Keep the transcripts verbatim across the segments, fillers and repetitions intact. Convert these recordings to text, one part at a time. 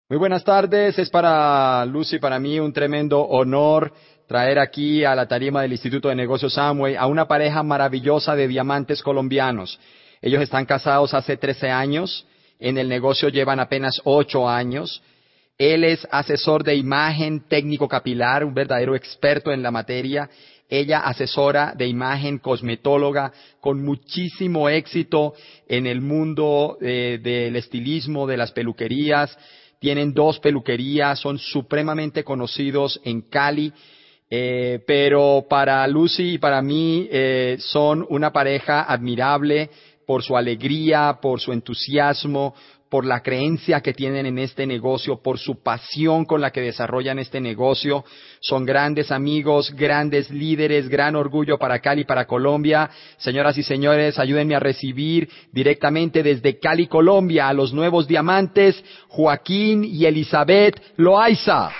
Muy buenas tardes, es para Lucy, para mí un tremendo honor traer aquí a la tarima del Instituto de Negocios Amway a una pareja maravillosa de diamantes colombianos. Ellos están casados hace trece años, en el negocio llevan apenas ocho años. Él es asesor de imagen técnico capilar, un verdadero experto en la materia. Ella asesora de imagen, cosmetóloga, con muchísimo éxito en el mundo eh, del estilismo, de las peluquerías. Tienen dos peluquerías, son supremamente conocidos en Cali, eh, pero para Lucy y para mí eh, son una pareja admirable por su alegría, por su entusiasmo, por la creencia que tienen en este negocio, por su pasión con la que desarrollan este negocio. Son grandes amigos, grandes líderes, gran orgullo para Cali, para Colombia. Señoras y señores, ayúdenme a recibir directamente desde Cali, Colombia, a los nuevos diamantes, Joaquín y Elizabeth Loaiza.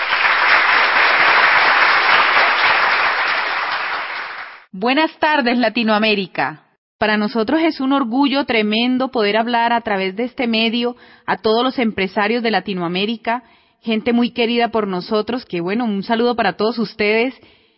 Buenas tardes, Latinoamérica. Para nosotros es un orgullo tremendo poder hablar a través de este medio a todos los empresarios de Latinoamérica, gente muy querida por nosotros, que bueno, un saludo para todos ustedes.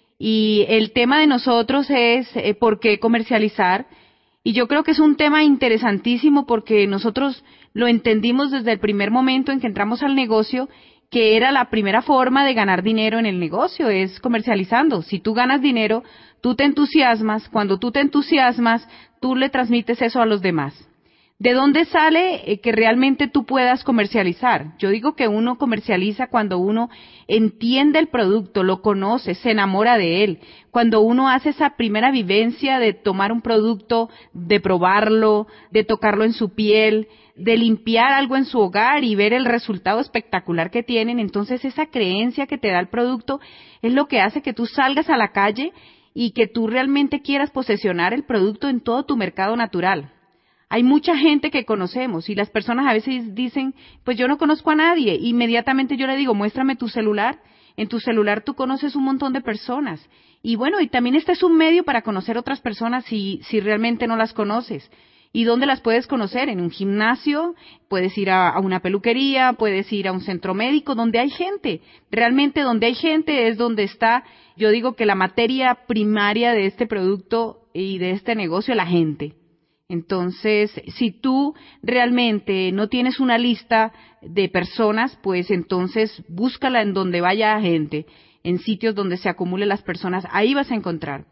Y el tema de nosotros es eh, por qué comercializar. Y yo creo que es un tema interesantísimo porque nosotros lo entendimos desde el primer momento en que entramos al negocio, que era la primera forma de ganar dinero en el negocio, es comercializando. Si tú ganas dinero, tú te entusiasmas, cuando tú te entusiasmas, tú le transmites eso a los demás. ¿De dónde sale eh, que realmente tú puedas comercializar? Yo digo que uno comercializa cuando uno entiende el producto, lo conoce, se enamora de él. Cuando uno hace esa primera vivencia de tomar un producto, de probarlo, de tocarlo en su piel, de limpiar algo en su hogar y ver el resultado espectacular que tienen, entonces esa creencia que te da el producto es lo que hace que tú salgas a la calle y que tú realmente quieras posesionar el producto en todo tu mercado natural. Hay mucha gente que conocemos y las personas a veces dicen, pues yo no conozco a nadie. Inmediatamente yo le digo, muéstrame tu celular. En tu celular tú conoces un montón de personas. Y bueno, y también este es un medio para conocer otras personas si, si realmente no las conoces. ¿Y dónde las puedes conocer? En un gimnasio, puedes ir a, a una peluquería, puedes ir a un centro médico, donde hay gente. Realmente donde hay gente es donde está, yo digo que la materia primaria de este producto y de este negocio es la gente. Entonces, si tú realmente no tienes una lista de personas, pues entonces búscala en donde vaya gente, en sitios donde se acumulen las personas, ahí vas a encontrar.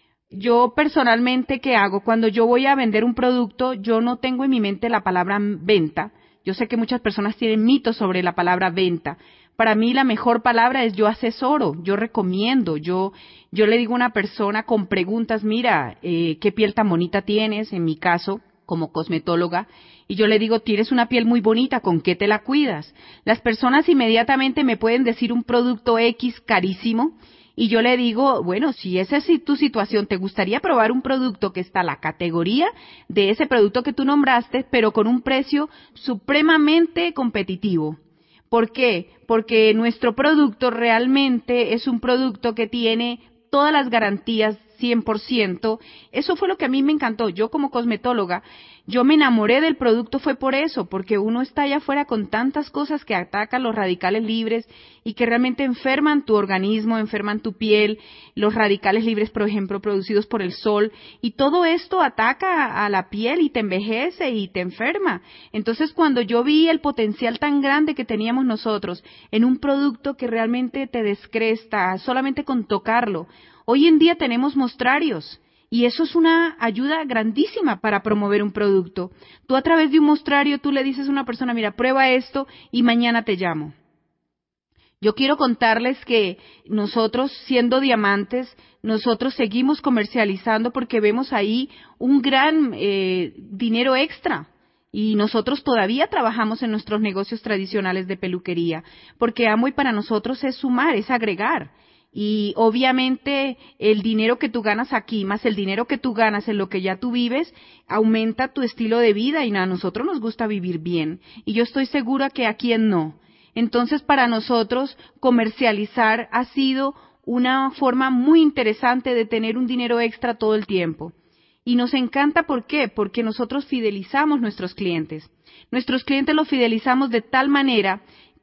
Yo personalmente, ¿qué hago? Cuando yo voy a vender un producto, yo no tengo en mi mente la palabra venta. Yo sé que muchas personas tienen mitos sobre la palabra venta. Para mí la mejor palabra es yo asesoro, yo recomiendo, yo yo le digo a una persona con preguntas, mira, eh, ¿qué piel tan bonita tienes? En mi caso, como cosmetóloga, y yo le digo, tienes una piel muy bonita, ¿con qué te la cuidas? Las personas inmediatamente me pueden decir un producto X carísimo, y yo le digo, bueno, si esa es tu situación, ¿te gustaría probar un producto que está a la categoría de ese producto que tú nombraste, pero con un precio supremamente competitivo? ¿Por qué? Porque nuestro producto realmente es un producto que tiene todas las garantías cien por ciento. Eso fue lo que a mí me encantó. Yo como cosmetóloga, yo me enamoré del producto fue por eso, porque uno está allá afuera con tantas cosas que atacan los radicales libres y que realmente enferman tu organismo, enferman tu piel, los radicales libres, por ejemplo, producidos por el sol, y todo esto ataca a la piel y te envejece y te enferma. Entonces, cuando yo vi el potencial tan grande que teníamos nosotros en un producto que realmente te descresta solamente con tocarlo, hoy en día tenemos mostrarios y eso es una ayuda grandísima para promover un producto. Tú a través de un mostrario, tú le dices a una persona, mira, prueba esto y mañana te llamo. Yo quiero contarles que nosotros, siendo diamantes, nosotros seguimos comercializando porque vemos ahí un gran eh, dinero extra. Y nosotros todavía trabajamos en nuestros negocios tradicionales de peluquería, porque Amway para nosotros es sumar, es agregar. Y obviamente el dinero que tú ganas aquí, más el dinero que tú ganas en lo que ya tú vives, aumenta tu estilo de vida y a nosotros nos gusta vivir bien. Y yo estoy segura que a quien no. Entonces para nosotros comercializar ha sido una forma muy interesante de tener un dinero extra todo el tiempo. Y nos encanta, ¿por qué? Porque nosotros fidelizamos nuestros clientes. Nuestros clientes los fidelizamos de tal manera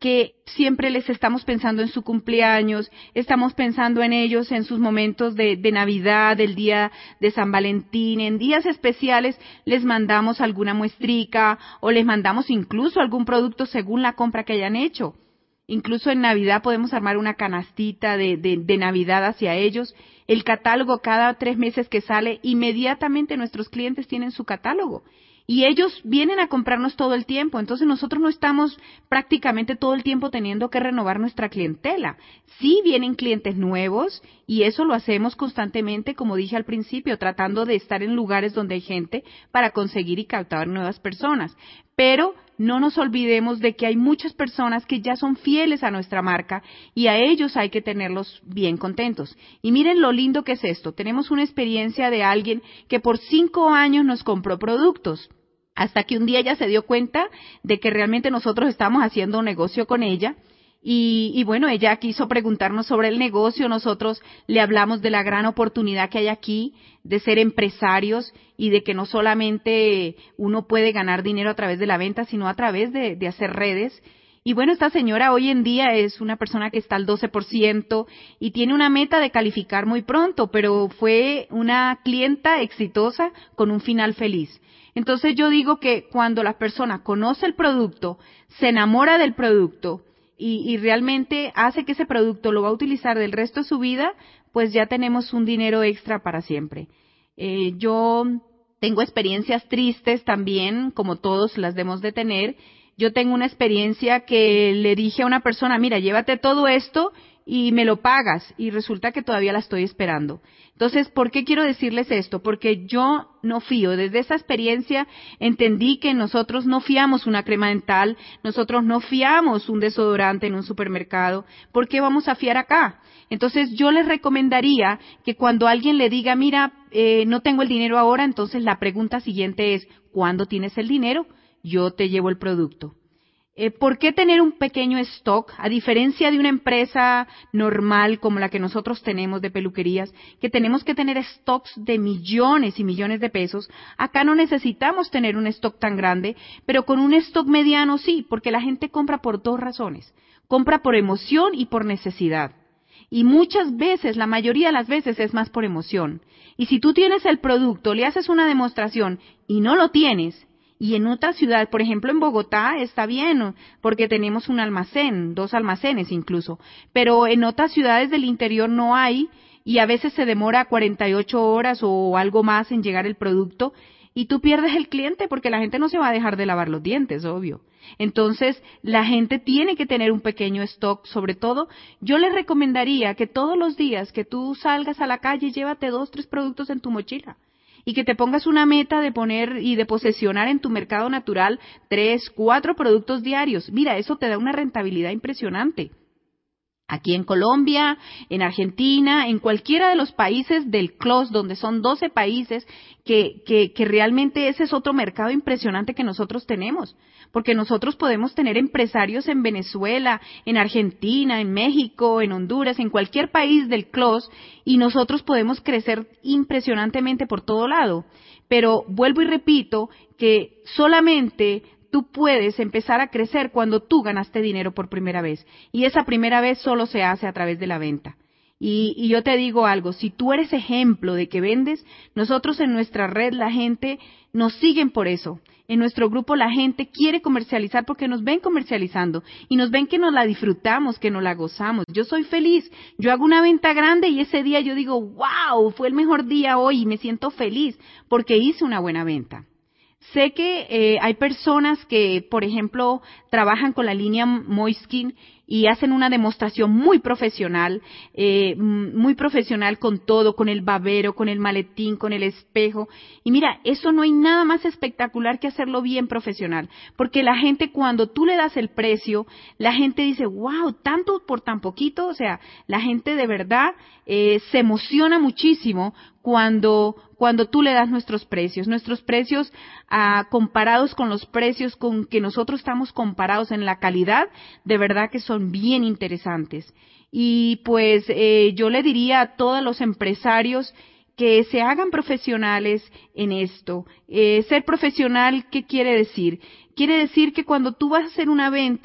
que siempre les estamos pensando en su cumpleaños, estamos pensando en ellos en sus momentos de, de Navidad, el día de San Valentín, en días especiales les mandamos alguna muestrica o les mandamos incluso algún producto según la compra que hayan hecho. Incluso en Navidad podemos armar una canastita de, de, de Navidad hacia ellos. El catálogo cada tres meses que sale, inmediatamente nuestros clientes tienen su catálogo. Y ellos vienen a comprarnos todo el tiempo, entonces nosotros no estamos prácticamente todo el tiempo teniendo que renovar nuestra clientela. Sí vienen clientes nuevos y eso lo hacemos constantemente, como dije al principio, tratando de estar en lugares donde hay gente para conseguir y captar nuevas personas. Pero no nos olvidemos de que hay muchas personas que ya son fieles a nuestra marca y a ellos hay que tenerlos bien contentos. Y miren lo lindo que es esto. Tenemos una experiencia de alguien que por cinco años nos compró productos, hasta que un día ella se dio cuenta de que realmente nosotros estábamos haciendo un negocio con ella. Y, y bueno, ella quiso preguntarnos sobre el negocio, nosotros le hablamos de la gran oportunidad que hay aquí, de ser empresarios y de que no solamente uno puede ganar dinero a través de la venta, sino a través de, de hacer redes. Y bueno, esta señora hoy en día es una persona que está al doce por ciento y tiene una meta de calificar muy pronto, pero fue una clienta exitosa con un final feliz. Entonces yo digo que cuando la persona conoce el producto, se enamora del producto, Y, y realmente hace que ese producto lo va a utilizar del resto de su vida, pues ya tenemos un dinero extra para siempre. Eh, yo tengo experiencias tristes también, como todos las debemos de tener. Yo tengo una experiencia que le dije a una persona, mira, llévate todo esto y me lo pagas, y resulta que todavía la estoy esperando. Entonces, ¿por qué quiero decirles esto? Porque yo no fío. Desde esa experiencia entendí que nosotros no fiamos una crema dental, nosotros no fiamos un desodorante en un supermercado. ¿Por qué vamos a fiar acá? Entonces, yo les recomendaría que cuando alguien le diga, mira, eh, no tengo el dinero ahora, entonces la pregunta siguiente es, ¿cuándo tienes el dinero? Yo te llevo el producto. Eh, ¿Por qué tener un pequeño stock? A diferencia de una empresa normal como la que nosotros tenemos de peluquerías, que tenemos que tener stocks de millones y millones de pesos, acá no necesitamos tener un stock tan grande, pero con un stock mediano sí, porque la gente compra por dos razones. Compra por emoción y por necesidad. Y muchas veces, la mayoría de las veces es más por emoción. Y si tú tienes el producto, le haces una demostración y no lo tienes, y en otra ciudad, por ejemplo en Bogotá, está bien, porque tenemos un almacén, dos almacenes incluso, pero en otras ciudades del interior no hay, y a veces se demora cuarenta y ocho horas o algo más en llegar el producto, y tú pierdes el cliente porque la gente no se va a dejar de lavar los dientes, obvio. Entonces, la gente tiene que tener un pequeño stock. Sobre todo, yo les recomendaría que todos los días que tú salgas a la calle, llévate dos, tres productos en tu mochila. Y que te pongas una meta de poner y de posesionar en tu mercado natural tres, cuatro productos diarios. Mira, eso te da una rentabilidad impresionante. Aquí en Colombia, en Argentina, en cualquiera de los países del C L O S, donde son doce países, que, que, que realmente ese es otro mercado impresionante que nosotros tenemos. Porque nosotros podemos tener empresarios en Venezuela, en Argentina, en México, en Honduras, en cualquier país del C L O S, y nosotros podemos crecer impresionantemente por todo lado. Pero vuelvo y repito que solamente tú puedes empezar a crecer cuando tú ganaste dinero por primera vez. Y esa primera vez solo se hace a través de la venta. Y, y yo te digo algo, si tú eres ejemplo de que vendes, nosotros en nuestra red la gente nos siguen por eso. En nuestro grupo la gente quiere comercializar porque nos ven comercializando y nos ven que nos la disfrutamos, que nos la gozamos. Yo soy feliz, yo hago una venta grande y ese día yo digo, wow, fue el mejor día hoy y me siento feliz porque hice una buena venta. Sé que eh, hay personas que, por ejemplo, trabajan con la línea Moiskin y hacen una demostración muy profesional, eh, muy profesional con todo, con el babero, con el maletín, con el espejo. Y mira, eso no hay nada más espectacular que hacerlo bien profesional, porque la gente cuando tú le das el precio, la gente dice, wow, tanto por tan poquito, o sea, la gente de verdad eh, se emociona muchísimo cuando cuando tú le das nuestros precios. Nuestros precios ah, comparados con los precios con que nosotros estamos comparados en la calidad, de verdad que son bien interesantes. Y pues eh, yo le diría a todos los empresarios que se hagan profesionales en esto. Eh, ser profesional, ¿qué quiere decir? Quiere decir que cuando tú vas a hacer una venta,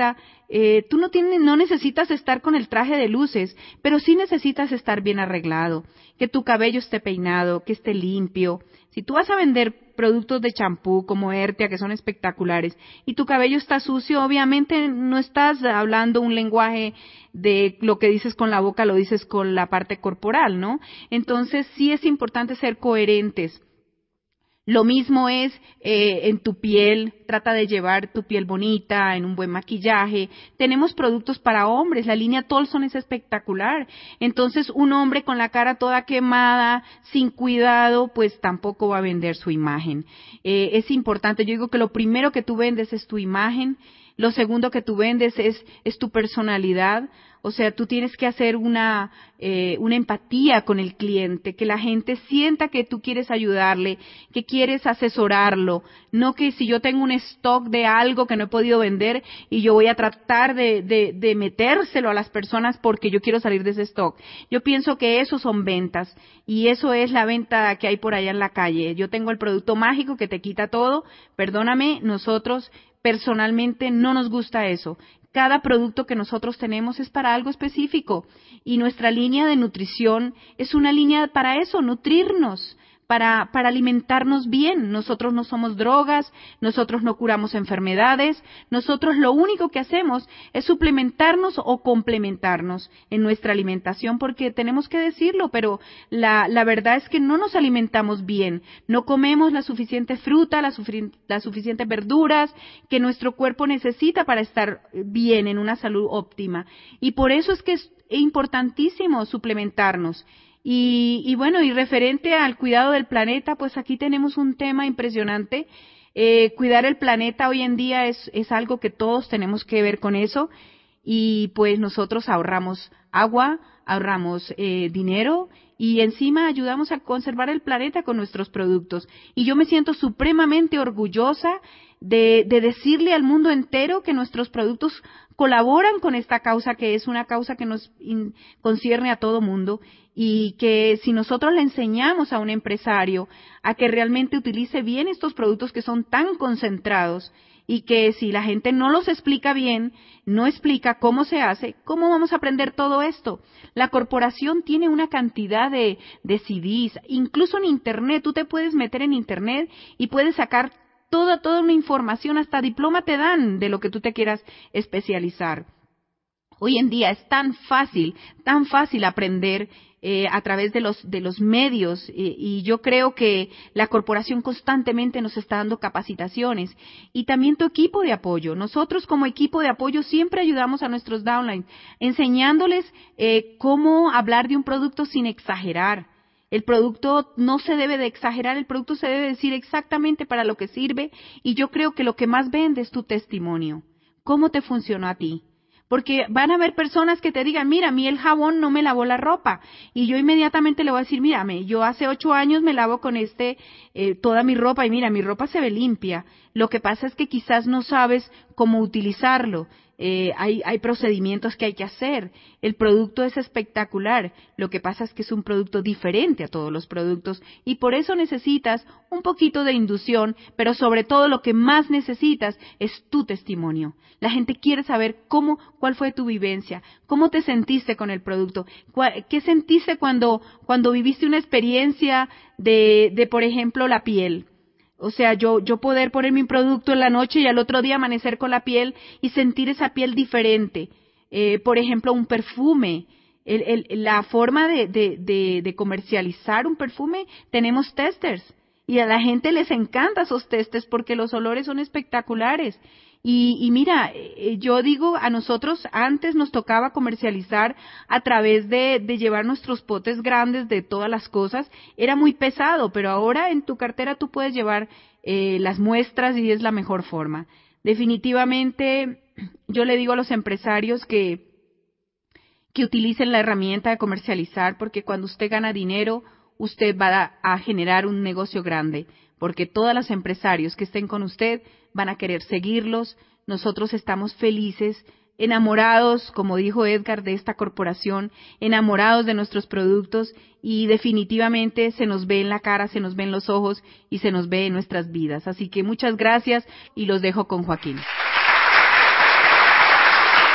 eh, tú no tienes, no necesitas estar con el traje de luces, pero sí necesitas estar bien arreglado, que tu cabello esté peinado, que esté limpio. Si tú vas a vender productos de champú como Ertia, que son espectaculares, y tu cabello está sucio, obviamente no estás hablando un lenguaje de lo que dices con la boca, lo dices con la parte corporal, ¿no? Entonces sí es importante ser coherentes. Lo mismo es eh, en tu piel, trata de llevar tu piel bonita, en un buen maquillaje. Tenemos productos para hombres, la línea Tolson es espectacular. Entonces, un hombre con la cara toda quemada, sin cuidado, pues tampoco va a vender su imagen. Eh, es importante, yo digo que lo primero que tú vendes es tu imagen, lo segundo que tú vendes es, es tu personalidad. O sea, tú tienes que hacer una, eh, una empatía con el cliente, que la gente sienta que tú quieres ayudarle, que quieres asesorarlo, no que si yo tengo un stock de algo que no he podido vender y yo voy a tratar de, de, de metérselo a las personas porque yo quiero salir de ese stock. Yo pienso que eso son ventas y eso es la venta que hay por allá en la calle. Yo tengo el producto mágico que te quita todo, perdóname, nosotros personalmente no nos gusta eso. Cada producto que nosotros tenemos es para algo específico y nuestra línea de nutrición es una línea para eso, nutrirnos, para, para alimentarnos bien. Nosotros no somos drogas, nosotros no curamos enfermedades, nosotros lo único que hacemos es suplementarnos o complementarnos en nuestra alimentación porque tenemos que decirlo, pero la, la verdad es que no nos alimentamos bien, no comemos la suficiente fruta, la, sufi- las suficientes verduras que nuestro cuerpo necesita para estar bien en una salud óptima. Y por eso es que es importantísimo suplementarnos. Y, y bueno, y referente al cuidado del planeta, pues aquí tenemos un tema impresionante. Eh, cuidar el planeta hoy en día es, es algo que todos tenemos que ver con eso. Y pues nosotros ahorramos agua, ahorramos eh, dinero y encima ayudamos a conservar el planeta con nuestros productos. Y yo me siento supremamente orgullosa de, de decirle al mundo entero que nuestros productos colaboran con esta causa, que es una causa que nos in, concierne a todo mundo, y que si nosotros le enseñamos a un empresario a que realmente utilice bien estos productos que son tan concentrados, y que si la gente no los explica bien, no explica cómo se hace, ¿cómo vamos a aprender todo esto? La corporación tiene una cantidad de, de C Ds, incluso en Internet, tú te puedes meter en Internet y puedes sacar toda, toda una información, hasta diploma te dan de lo que tú te quieras especializar. Hoy en día es tan fácil, tan fácil aprender eh, a través de los, de los medios eh, y yo creo que la corporación constantemente nos está dando capacitaciones y también tu equipo de apoyo. Nosotros como equipo de apoyo siempre ayudamos a nuestros downlines enseñándoles eh, cómo hablar de un producto sin exagerar. El producto no se debe de exagerar, el producto se debe decir exactamente para lo que sirve y yo creo que lo que más vende es tu testimonio. ¿Cómo te funcionó a ti? Porque van a haber personas que te digan, mira, a mí el jabón no me lavó la ropa. Y yo inmediatamente le voy a decir, mírame, yo hace ocho años me lavo con este eh, toda mi ropa y mira, mi ropa se ve limpia. Lo que pasa es que quizás no sabes cómo utilizarlo. Eh, hay, hay procedimientos que hay que hacer. El producto es espectacular. Lo que pasa es que es un producto diferente a todos los productos y por eso necesitas un poquito de inducción, pero sobre todo lo que más necesitas es tu testimonio. La gente quiere saber cómo, cuál fue tu vivencia, cómo te sentiste con el producto, cuál, qué sentiste cuando, cuando viviste una experiencia de, de, por ejemplo, la piel. O sea, yo, yo poder poner mi producto en la noche y al otro día amanecer con la piel y sentir esa piel diferente. Eh, por ejemplo, un perfume. El, el, la forma de, de, de, de comercializar un perfume, tenemos testers. Y a la gente les encanta esos testers porque los olores son espectaculares. Y, y mira, eh, yo digo, a nosotros antes nos tocaba comercializar a través de, de llevar nuestros potes grandes de todas las cosas. Era muy pesado, pero ahora en tu cartera tú puedes llevar eh, las muestras y es la mejor forma. Definitivamente, yo le digo a los empresarios que, que utilicen la herramienta de comercializar porque cuando usted gana dinero, usted va a, a generar un negocio grande. Porque todos los empresarios que estén con usted van a querer seguirlos. Nosotros estamos felices, enamorados, como dijo Edgar, de esta corporación, enamorados de nuestros productos y definitivamente se nos ve en la cara, se nos ve en los ojos y se nos ve en nuestras vidas. Así que muchas gracias y los dejo con Joaquín.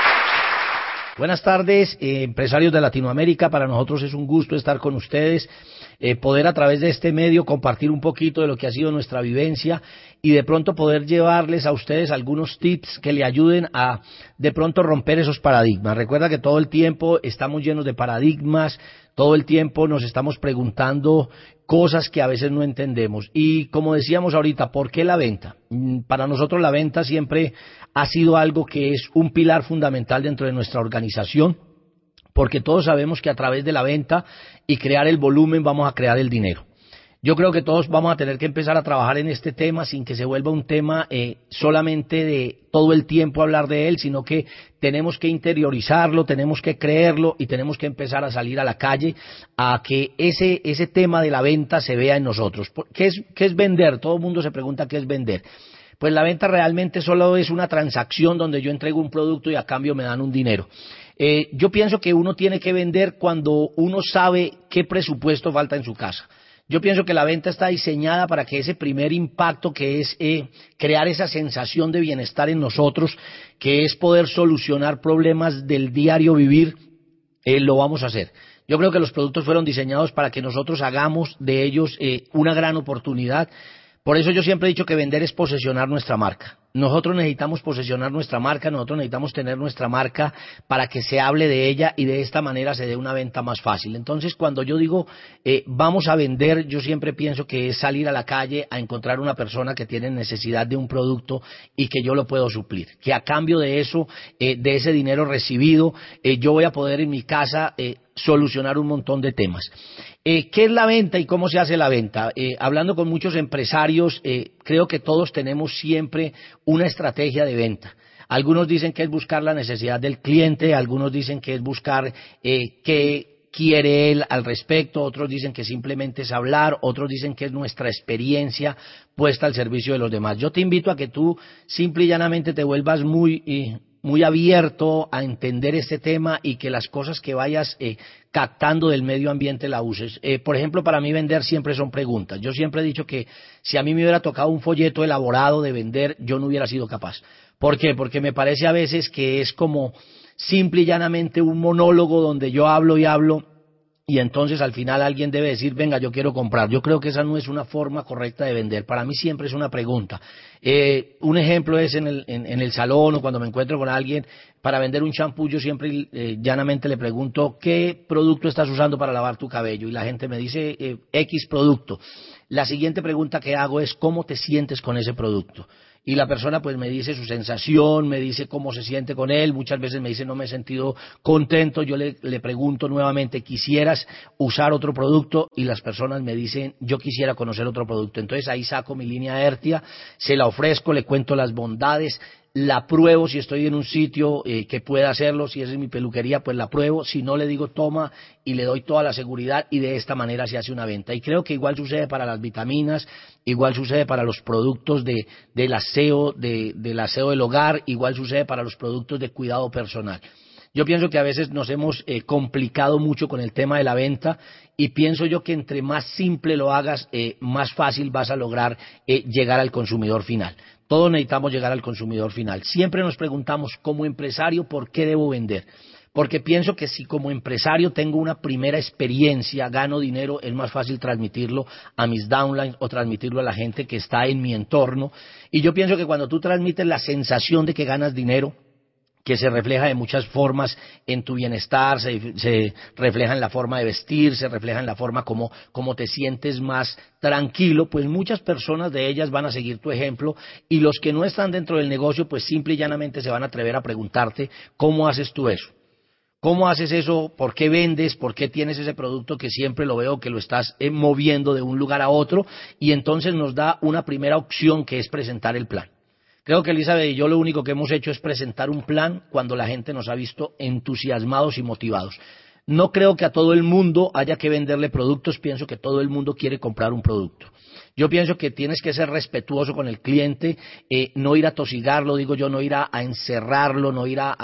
Buenas tardes, eh, empresarios de Latinoamérica. Para nosotros es un gusto estar con ustedes, eh, poder a través de este medio compartir un poquito de lo que ha sido nuestra vivencia y de pronto poder llevarles a ustedes algunos tips que le ayuden a de pronto romper esos paradigmas. Recuerda que todo el tiempo estamos llenos de paradigmas, todo el tiempo nos estamos preguntando cosas que a veces no entendemos. Y como decíamos ahorita, ¿por qué la venta? Para nosotros la venta siempre ha sido algo que es un pilar fundamental dentro de nuestra organización, porque todos sabemos que a través de la venta y crear el volumen vamos a crear el dinero. Yo creo que todos vamos a tener que empezar a trabajar en este tema sin que se vuelva un tema eh, solamente de todo el tiempo hablar de él, sino que tenemos que interiorizarlo, tenemos que creerlo y tenemos que empezar a salir a la calle a que ese, ese tema de la venta se vea en nosotros. ¿Qué es, qué es vender? Todo el mundo se pregunta qué es vender. Pues la venta realmente solo es una transacción donde yo entrego un producto y a cambio me dan un dinero. Eh, yo pienso que uno tiene que vender cuando uno sabe qué presupuesto falta en su casa. Yo pienso que la venta está diseñada para que ese primer impacto, que es eh, crear esa sensación de bienestar en nosotros, que es poder solucionar problemas del diario vivir, eh, lo vamos a hacer. Yo creo que los productos fueron diseñados para que nosotros hagamos de ellos eh, una gran oportunidad. Por eso yo siempre he dicho que vender es posesionar nuestra marca. Nosotros necesitamos posesionar nuestra marca, nosotros necesitamos tener nuestra marca para que se hable de ella y de esta manera se dé una venta más fácil. Entonces, cuando yo digo eh, vamos a vender, yo siempre pienso que es salir a la calle a encontrar una persona que tiene necesidad de un producto y que yo lo puedo suplir. Que a cambio de eso, eh, de ese dinero recibido, eh, yo voy a poder en mi casa eh, solucionar un montón de temas. Eh, ¿Qué es la venta y cómo se hace la venta? Eh, hablando con muchos empresarios, eh, creo que todos tenemos siempre una estrategia de venta. Algunos dicen que es buscar la necesidad del cliente, algunos dicen que es buscar eh, qué quiere él al respecto, otros dicen que simplemente es hablar, otros dicen que es nuestra experiencia puesta al servicio de los demás. Yo te invito a que tú simple y llanamente te vuelvas muy... Eh, muy abierto a entender este tema y que las cosas que vayas eh, captando del medio ambiente la uses. Eh, por ejemplo, para mí vender siempre son preguntas. Yo siempre he dicho que si a mí me hubiera tocado un folleto elaborado de vender, yo no hubiera sido capaz. ¿Por qué? Porque me parece a veces que es como simple y llanamente un monólogo donde yo hablo y hablo y entonces al final alguien debe decir, venga, yo quiero comprar. Yo creo que esa no es una forma correcta de vender. Para mí siempre es una pregunta. Eh, un ejemplo es en el, en, en el salón o cuando me encuentro con alguien para vender un champú, yo siempre eh, llanamente le pregunto, ¿qué producto estás usando para lavar tu cabello? Y la gente me dice, eh, X producto. La siguiente pregunta que hago es, ¿cómo te sientes con ese producto? Y la persona pues me dice su sensación, me dice cómo se siente con él, muchas veces me dice no me he sentido contento, yo le, le pregunto nuevamente, ¿quisieras usar otro producto? Y las personas me dicen, yo quisiera conocer otro producto. Entonces ahí saco mi línea Hertia, se la ofrezco, le cuento las bondades, la pruebo si estoy en un sitio eh, que pueda hacerlo, si es en mi peluquería, pues la pruebo, si no le digo toma y le doy toda la seguridad y de esta manera se hace una venta. Y creo que igual sucede para las vitaminas, igual sucede para los productos de, del aseo, de, del aseo del hogar, igual sucede para los productos de cuidado personal. Yo pienso que a veces nos hemos eh, complicado mucho con el tema de la venta y pienso yo que entre más simple lo hagas, eh, más fácil vas a lograr eh, llegar al consumidor final. Todos necesitamos llegar al consumidor final. Siempre nos preguntamos como empresario ¿por qué debo vender? Porque pienso que si como empresario tengo una primera experiencia, gano dinero, es más fácil transmitirlo a mis downlines o transmitirlo a la gente que está en mi entorno. Y yo pienso que cuando tú transmites la sensación de que ganas dinero, que se refleja de muchas formas en tu bienestar, se, se refleja en la forma de vestir, se refleja en la forma como, como te sientes más tranquilo, pues muchas personas de ellas van a seguir tu ejemplo y los que no están dentro del negocio, pues simple y llanamente se van a atrever a preguntarte ¿cómo haces tú eso? ¿Cómo haces eso? ¿Por qué vendes? ¿Por qué tienes ese producto que siempre lo veo que lo estás eh, moviendo de un lugar a otro? Y entonces nos da una primera opción que es presentar el plan. Creo que Elizabeth y yo lo único que hemos hecho es presentar un plan cuando la gente nos ha visto entusiasmados y motivados. No creo que a todo el mundo haya que venderle productos, pienso que todo el mundo quiere comprar un producto. Yo pienso que tienes que ser respetuoso con el cliente, eh, no ir a tosigarlo, digo yo, no ir a, a encerrarlo, no ir a, a,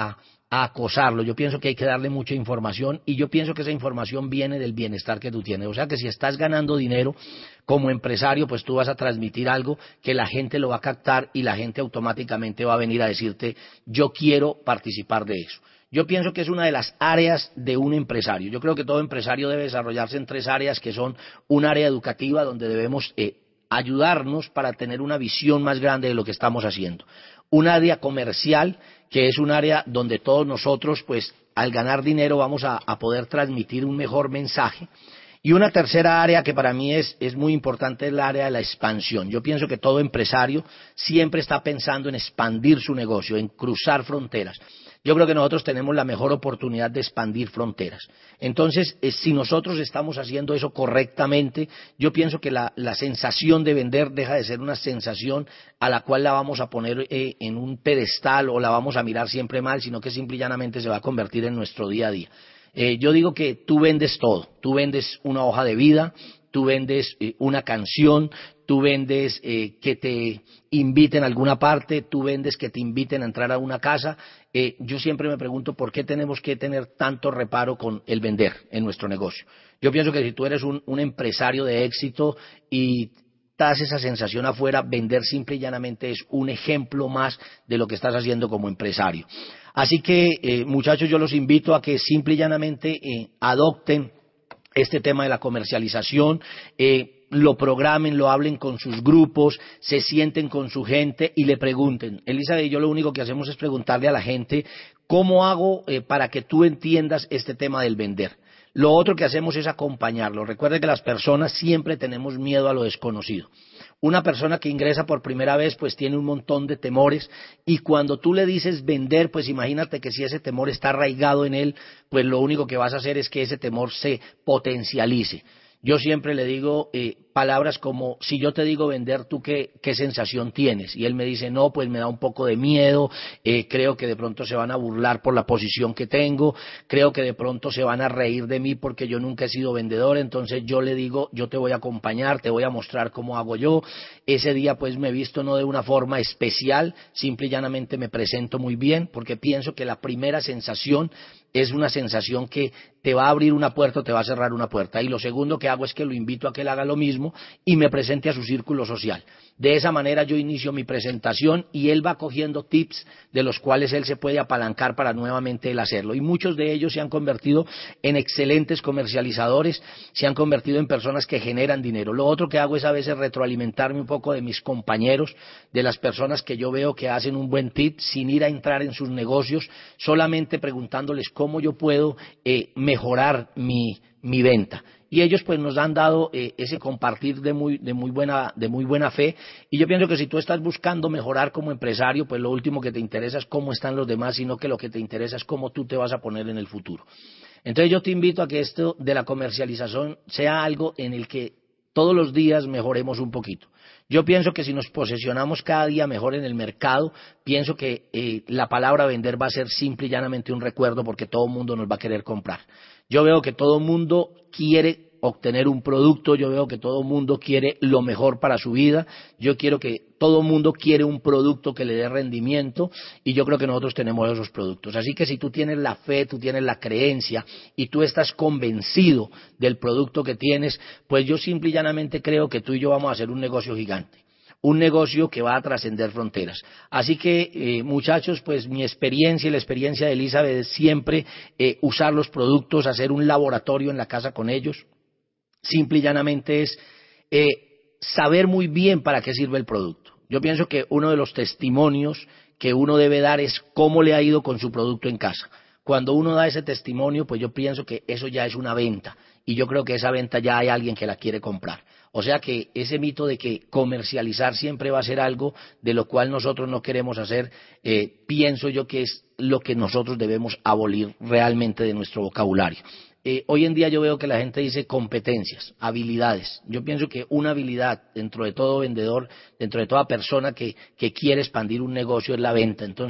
a acosarlo. Yo pienso que hay que darle mucha información y yo pienso que esa información viene del bienestar que tú tienes. O sea que si estás ganando dinero como empresario, pues tú vas a transmitir algo que la gente lo va a captar y la gente automáticamente va a venir a decirte, yo quiero participar de eso. Yo pienso que es una de las áreas de un empresario. Yo creo que todo empresario debe desarrollarse en tres áreas, que son un área educativa donde debemos eh, ayudarnos para tener una visión más grande de lo que estamos haciendo. Un área comercial, que es un área donde todos nosotros, pues, al ganar dinero vamos a, a poder transmitir un mejor mensaje. Y una tercera área que para mí es, es muy importante es el área de la expansión. Yo pienso que todo empresario siempre está pensando en expandir su negocio, en cruzar fronteras. Yo creo que nosotros tenemos la mejor oportunidad de expandir fronteras. Entonces, eh, si nosotros estamos haciendo eso correctamente, yo pienso que la, la sensación de vender deja de ser una sensación a la cual la vamos a poner eh, en un pedestal o la vamos a mirar siempre mal, sino que simple y llanamente se va a convertir en nuestro día a día. Eh, yo digo que tú vendes todo, tú vendes una hoja de vida, tú vendes eh, una canción, tú vendes eh, que te inviten a alguna parte, tú vendes que te inviten a entrar a una casa. Eh, yo siempre me pregunto por qué tenemos que tener tanto reparo con el vender en nuestro negocio. Yo pienso que si tú eres un, un empresario de éxito y das esa sensación afuera, vender simple y llanamente es un ejemplo más de lo que estás haciendo como empresario. Así que, eh, muchachos, yo los invito a que simple y llanamente eh, adopten este tema de la comercialización, eh, lo programen, lo hablen con sus grupos, se sienten con su gente y le pregunten. Elizabeth y yo lo único que hacemos es preguntarle a la gente, ¿cómo hago eh, para que tú entiendas este tema del vender? Lo otro que hacemos es acompañarlo. Recuerde que las personas siempre tenemos miedo a lo desconocido. Una persona que ingresa por primera vez pues tiene un montón de temores y cuando tú le dices vender, pues imagínate que si ese temor está arraigado en él, pues lo único que vas a hacer es que ese temor se potencialice. Yo siempre le digo eh, palabras como, si yo te digo vender, ¿tú qué, qué sensación tienes? Y él me dice, no, pues me da un poco de miedo, eh, creo que de pronto se van a burlar por la posición que tengo, creo que de pronto se van a reír de mí porque yo nunca he sido vendedor, entonces yo le digo, yo te voy a acompañar, te voy a mostrar cómo hago yo. Ese día pues me he visto no de una forma especial, simple y llanamente me presento muy bien, porque pienso que la primera sensación es una sensación que te va a abrir una puerta o te va a cerrar una puerta. Y lo segundo que hago es que lo invito a que él haga lo mismo y me presente a su círculo social. De esa manera yo inicio mi presentación y él va cogiendo tips de los cuales él se puede apalancar para nuevamente él hacerlo. Y muchos de ellos se han convertido en excelentes comercializadores, se han convertido en personas que generan dinero. Lo otro que hago es a veces retroalimentarme un poco de mis compañeros, de las personas que yo veo que hacen un buen tip sin ir a entrar en sus negocios, solamente preguntándoles cómo yo puedo eh, mejorar mi, mi venta. Y ellos pues nos han dado eh, ese compartir de muy, de, muy buena, de muy buena fe. Y yo pienso que si tú estás buscando mejorar como empresario, pues lo último que te interesa es cómo están los demás, sino que lo que te interesa es cómo tú te vas a poner en el futuro. Entonces yo te invito a que esto de la comercialización sea algo en el que todos los días mejoremos un poquito. Yo pienso que si nos posicionamos cada día mejor en el mercado, pienso que eh, la palabra vender va a ser simple y llanamente un recuerdo porque todo el mundo nos va a querer comprar. Yo veo que todo el mundo quiere obtener un producto, yo veo que todo el mundo quiere lo mejor para su vida, yo quiero que todo el mundo quiere un producto que le dé rendimiento y yo creo que nosotros tenemos esos productos. Así que si tú tienes la fe, tú tienes la creencia y tú estás convencido del producto que tienes, pues yo simple y llanamente creo que tú y yo vamos a hacer un negocio gigante. Un negocio que va a trascender fronteras. Así que, eh, muchachos, pues mi experiencia y la experiencia de Elizabeth es siempre eh, usar los productos, hacer un laboratorio en la casa con ellos. Simple y llanamente es eh, saber muy bien para qué sirve el producto. Yo pienso que uno de los testimonios que uno debe dar es cómo le ha ido con su producto en casa. Cuando uno da ese testimonio, pues yo pienso que eso ya es una venta. Y yo creo que esa venta ya hay alguien que la quiere comprar. O sea que ese mito de que comercializar siempre va a ser algo de lo cual nosotros no queremos hacer, eh, pienso yo que es lo que nosotros debemos abolir realmente de nuestro vocabulario. Eh, hoy en día yo veo que la gente dice competencias, habilidades. Yo pienso que una habilidad dentro de todo vendedor, dentro de toda persona que, que quiere expandir un negocio es la venta. Entonces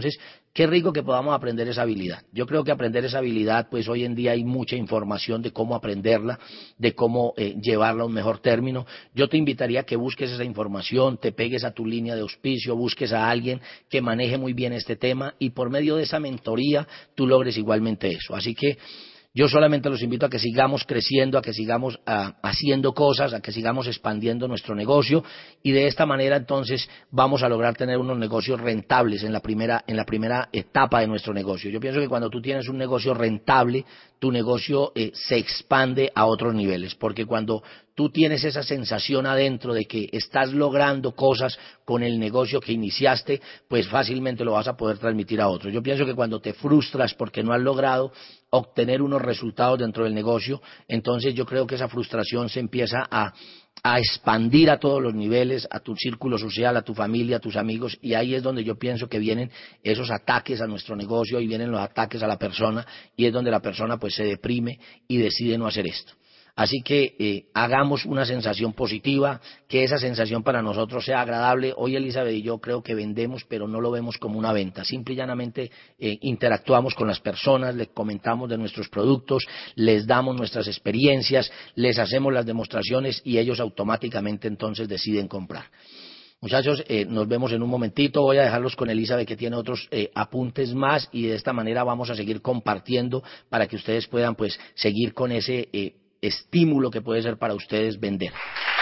Qué rico que podamos aprender esa habilidad. Yo creo que aprender esa habilidad, pues hoy en día hay mucha información de cómo aprenderla, de cómo eh, llevarla a un mejor término. Yo te invitaría a que busques esa información, te pegues a tu línea de auspicio, busques a alguien que maneje muy bien este tema y por medio de esa mentoría tú logres igualmente eso. Así que yo solamente los invito a que sigamos creciendo, a que sigamos a, haciendo cosas, a que sigamos expandiendo nuestro negocio y de esta manera entonces vamos a lograr tener unos negocios rentables en la primera, en la primera etapa de nuestro negocio. Yo pienso que cuando tú tienes un negocio rentable, tu negocio eh, se expande a otros niveles, porque cuando tú tienes esa sensación adentro de que estás logrando cosas con el negocio que iniciaste, pues fácilmente lo vas a poder transmitir a otros. Yo pienso que cuando te frustras porque no has logrado obtener unos resultados dentro del negocio, entonces yo creo que esa frustración se empieza a, a expandir a todos los niveles, a tu círculo social, a tu familia, a tus amigos, y ahí es donde yo pienso que vienen esos ataques a nuestro negocio y vienen los ataques a la persona, y es donde la persona pues se deprime y decide no hacer esto. Así que eh, hagamos una sensación positiva, que esa sensación para nosotros sea agradable. Hoy Elizabeth y yo creo que vendemos, pero no lo vemos como una venta. Simple y llanamente eh, interactuamos con las personas, les comentamos de nuestros productos, les damos nuestras experiencias, les hacemos las demostraciones y ellos automáticamente entonces deciden comprar. Muchachos, eh, nos vemos en un momentito. Voy a dejarlos con Elizabeth que tiene otros eh, apuntes más y de esta manera vamos a seguir compartiendo para que ustedes puedan pues seguir con ese eh, estímulo que puede ser para ustedes vender.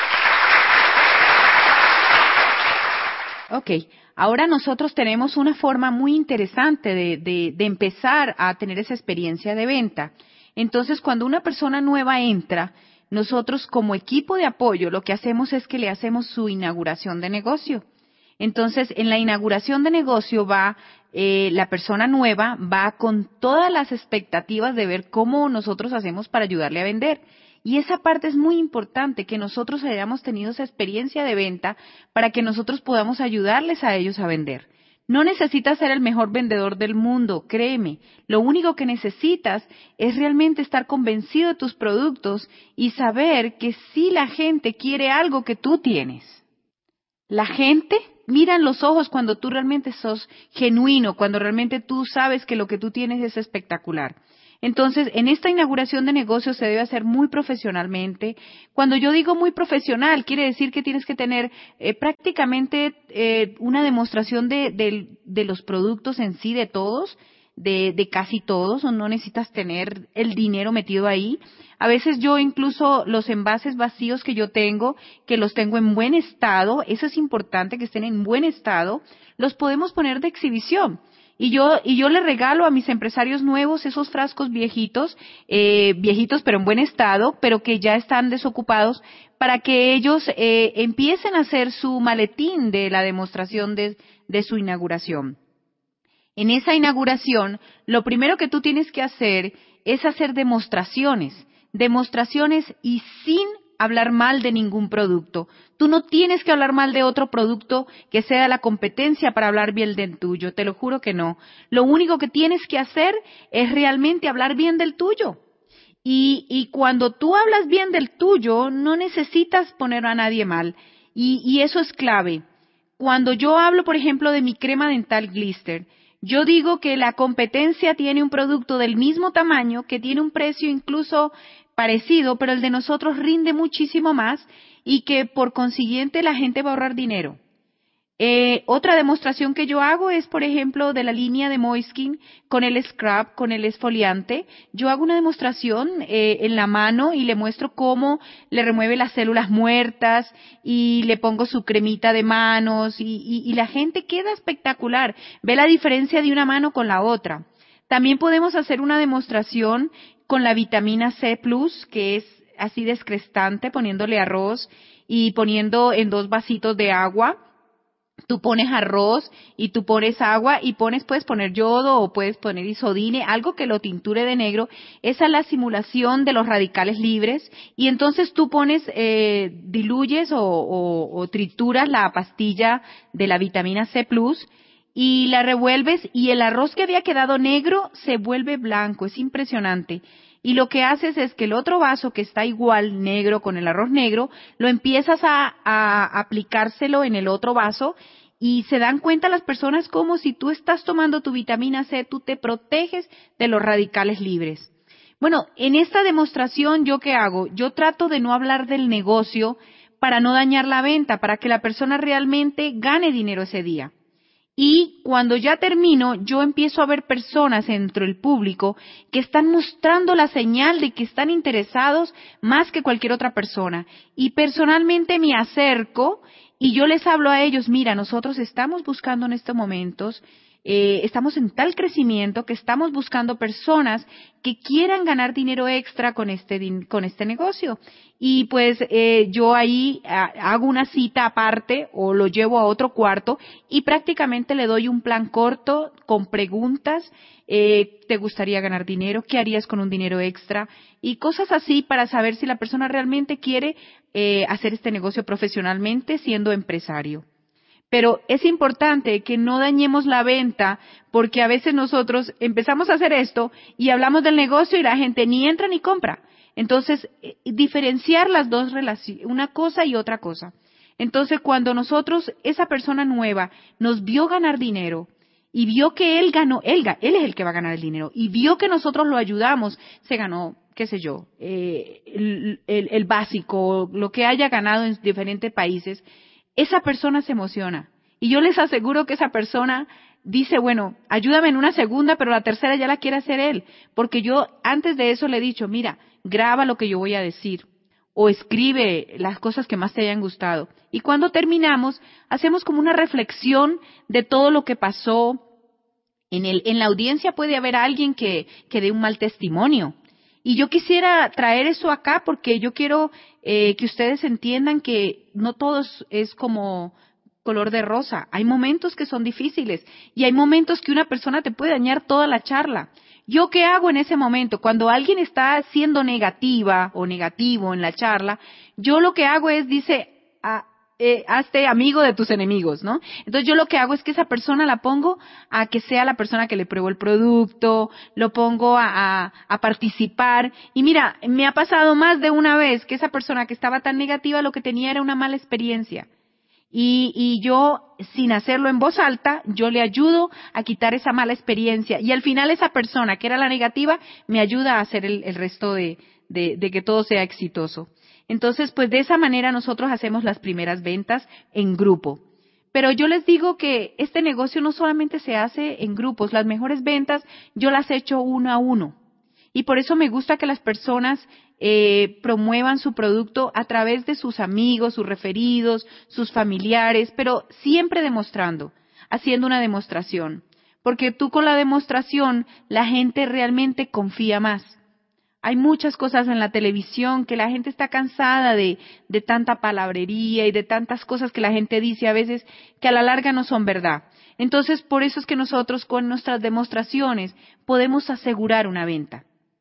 Ok, ahora nosotros tenemos una forma muy interesante de, de, de empezar a tener esa experiencia de venta. Entonces, cuando una persona nueva entra, nosotros como equipo de apoyo lo que hacemos es que le hacemos su inauguración de negocio. Entonces, en la inauguración de negocio va, eh, la persona nueva va con todas las expectativas de ver cómo nosotros hacemos para ayudarle a vender. Y esa parte es muy importante, que nosotros hayamos tenido esa experiencia de venta para que nosotros podamos ayudarles a ellos a vender. No necesitas ser el mejor vendedor del mundo, créeme. Lo único que necesitas es realmente estar convencido de tus productos y saber que si la gente quiere algo que tú tienes. La gente mira en los ojos cuando tú realmente sos genuino, cuando realmente tú sabes que lo que tú tienes es espectacular. Entonces, en esta inauguración de negocios se debe hacer muy profesionalmente. Cuando yo digo muy profesional, quiere decir que tienes que tener eh, prácticamente eh, una demostración de, de, de los productos en sí, de todos, de, de casi todos, o no necesitas tener el dinero metido ahí. A veces yo incluso los envases vacíos que yo tengo, que los tengo en buen estado, eso es importante que estén en buen estado, los podemos poner de exhibición. Y yo, y yo le regalo a mis empresarios nuevos esos frascos viejitos, eh, viejitos pero en buen estado, pero que ya están desocupados, para que ellos eh, empiecen a hacer su maletín de la demostración de, de su inauguración. En esa inauguración, lo primero que tú tienes que hacer es hacer demostraciones, demostraciones y sin hablar mal de ningún producto. Tú no tienes que hablar mal de otro producto que sea la competencia para hablar bien del tuyo, te lo juro que no. Lo único que tienes que hacer es realmente hablar bien del tuyo. Y, y cuando tú hablas bien del tuyo, no necesitas poner a nadie mal. Y, y eso es clave. Cuando yo hablo, por ejemplo, de mi crema dental Glister, yo digo que la competencia tiene un producto del mismo tamaño, que tiene un precio incluso parecido, pero el de nosotros rinde muchísimo más y que por consiguiente la gente va a ahorrar dinero. Eh, otra demostración que yo hago es, por ejemplo, de la línea de Moiskin con el scrub, con el esfoliante. Yo hago una demostración eh, en la mano y le muestro cómo le remueve las células muertas y le pongo su cremita de manos y, y, y la gente queda espectacular. Ve la diferencia de una mano con la otra. También podemos hacer una demostración con la vitamina C plus, que es así descrestante, poniéndole arroz y poniendo en dos vasitos de agua. Tú pones arroz y tú pones agua y pones, puedes poner yodo o puedes poner isodine, algo que lo tinture de negro. Esa es la simulación de los radicales libres. Y entonces tú pones, eh, diluyes o, o, o trituras la pastilla de la vitamina C plus y la revuelves y el arroz que había quedado negro se vuelve blanco. Es impresionante. Y lo que haces es que el otro vaso que está igual negro con el arroz negro, lo empiezas a, a aplicárselo en el otro vaso y se dan cuenta las personas como si tú estás tomando tu vitamina C, tú te proteges de los radicales libres. Bueno, en esta demostración, ¿yo qué hago? Yo trato de no hablar del negocio para no dañar la venta, para que la persona realmente gane dinero ese día. Y cuando ya termino, yo empiezo a ver personas dentro del público que están mostrando la señal de que están interesados más que cualquier otra persona. Y personalmente me acerco y yo les hablo a ellos, mira, nosotros estamos buscando en estos momentos, eh, estamos en tal crecimiento que estamos buscando personas que quieran ganar dinero extra con este, con este negocio. Y pues eh, yo ahí a, hago una cita aparte o lo llevo a otro cuarto y prácticamente le doy un plan corto con preguntas. Eh, ¿te gustaría ganar dinero? ¿Qué harías con un dinero extra? Y cosas así para saber si la persona realmente quiere eh, hacer este negocio profesionalmente siendo empresario. Pero es importante que no dañemos la venta porque a veces nosotros empezamos a hacer esto y hablamos del negocio y la gente ni entra ni compra. Entonces, eh, diferenciar las dos relaciones, una cosa y otra cosa. Entonces, cuando nosotros, esa persona nueva, nos vio ganar dinero y vio que él ganó, él, él es el que va a ganar el dinero, y vio que nosotros lo ayudamos, se ganó, qué sé yo, eh, el, el, el básico, lo que haya ganado en diferentes países, esa persona se emociona. Y yo les aseguro que esa persona dice, bueno, ayúdame en una segunda, pero la tercera ya la quiere hacer él. Porque yo antes de eso le he dicho, mira, graba lo que yo voy a decir. O escribe las cosas que más te hayan gustado. Y cuando terminamos, hacemos como una reflexión de todo lo que pasó. En, el, en la audiencia puede haber alguien que, que dé un mal testimonio. Y yo quisiera traer eso acá porque yo quiero eh, que ustedes entiendan que no todo es, es como color de rosa. Hay momentos que son difíciles y hay momentos que una persona te puede dañar toda la charla. ¿Yo qué hago en ese momento? Cuando alguien está siendo negativa o negativo en la charla, yo lo que hago es, dice, ah, eh, hazte amigo de tus enemigos, ¿no? Entonces yo lo que hago es que esa persona la pongo a que sea la persona que le pruebo el producto, lo pongo a, a, a participar. Y mira, me ha pasado más de una vez que esa persona que estaba tan negativa lo que tenía era una mala experiencia. Y, y yo, sin hacerlo en voz alta, yo le ayudo a quitar esa mala experiencia. Y al final esa persona que era la negativa me ayuda a hacer el, el resto de, de, de que todo sea exitoso. Entonces, pues de esa manera nosotros hacemos las primeras ventas en grupo. Pero yo les digo que este negocio no solamente se hace en grupos, las mejores ventas yo las he hecho uno a uno. Y por eso me gusta que las personas eh, promuevan su producto a través de sus amigos, sus referidos, sus familiares, pero siempre demostrando, haciendo una demostración. Porque tú con la demostración la gente realmente confía más. Hay muchas cosas en la televisión que la gente está cansada de, de tanta palabrería y de tantas cosas que la gente dice a veces que a la larga no son verdad. Entonces, por eso es que nosotros con nuestras demostraciones podemos asegurar una venta.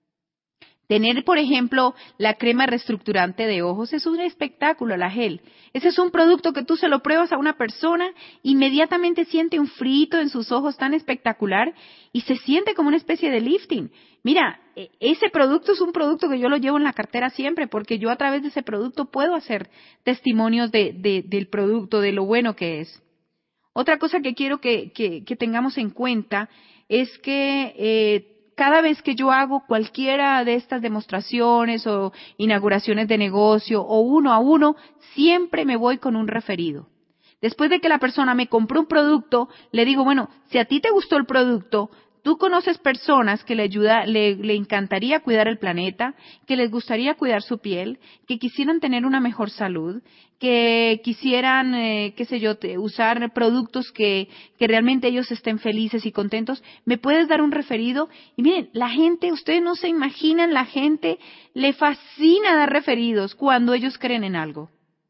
Tener, por ejemplo, la crema reestructurante de ojos es un espectáculo, la gel. Ese es un producto que tú se lo pruebas a una persona, inmediatamente siente un frito en sus ojos tan espectacular y se siente como una especie de lifting. Mira, ese producto es un producto que yo lo llevo en la cartera siempre porque yo a través de ese producto puedo hacer testimonios de, de, del producto, de lo bueno que es. Otra cosa que quiero que, que, que tengamos en cuenta es que eh, cada vez que yo hago cualquiera de estas demostraciones o inauguraciones de negocio o uno a uno, siempre me voy con un referido. Después de que la persona me compró un producto, le digo, bueno, si a ti te gustó el producto, tú conoces personas que le ayuda, le, le encantaría cuidar el planeta, que les gustaría cuidar su piel, que quisieran tener una mejor salud, que quisieran, eh, qué sé yo, te, usar productos que, que realmente ellos estén felices y contentos. ¿Me puedes dar un referido? Y miren, la gente, ustedes no se imaginan, la gente le fascina dar referidos cuando ellos creen en algo.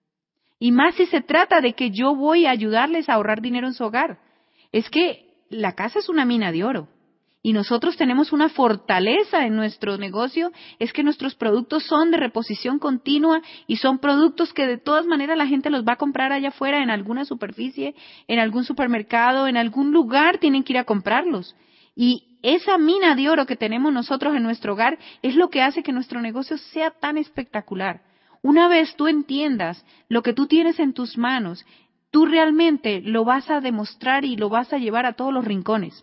Y más si se trata de que yo voy a ayudarles a ahorrar dinero en su hogar. Es que la casa es una mina de oro. Y nosotros tenemos una fortaleza en nuestro negocio, es que nuestros productos son de reposición continua y son productos que de todas maneras la gente los va a comprar allá afuera en alguna superficie, en algún supermercado, en algún lugar tienen que ir a comprarlos. Y esa mina de oro que tenemos nosotros en nuestro hogar es lo que hace que nuestro negocio sea tan espectacular. Una vez tú entiendas lo que tú tienes en tus manos, tú realmente lo vas a demostrar y lo vas a llevar a todos los rincones.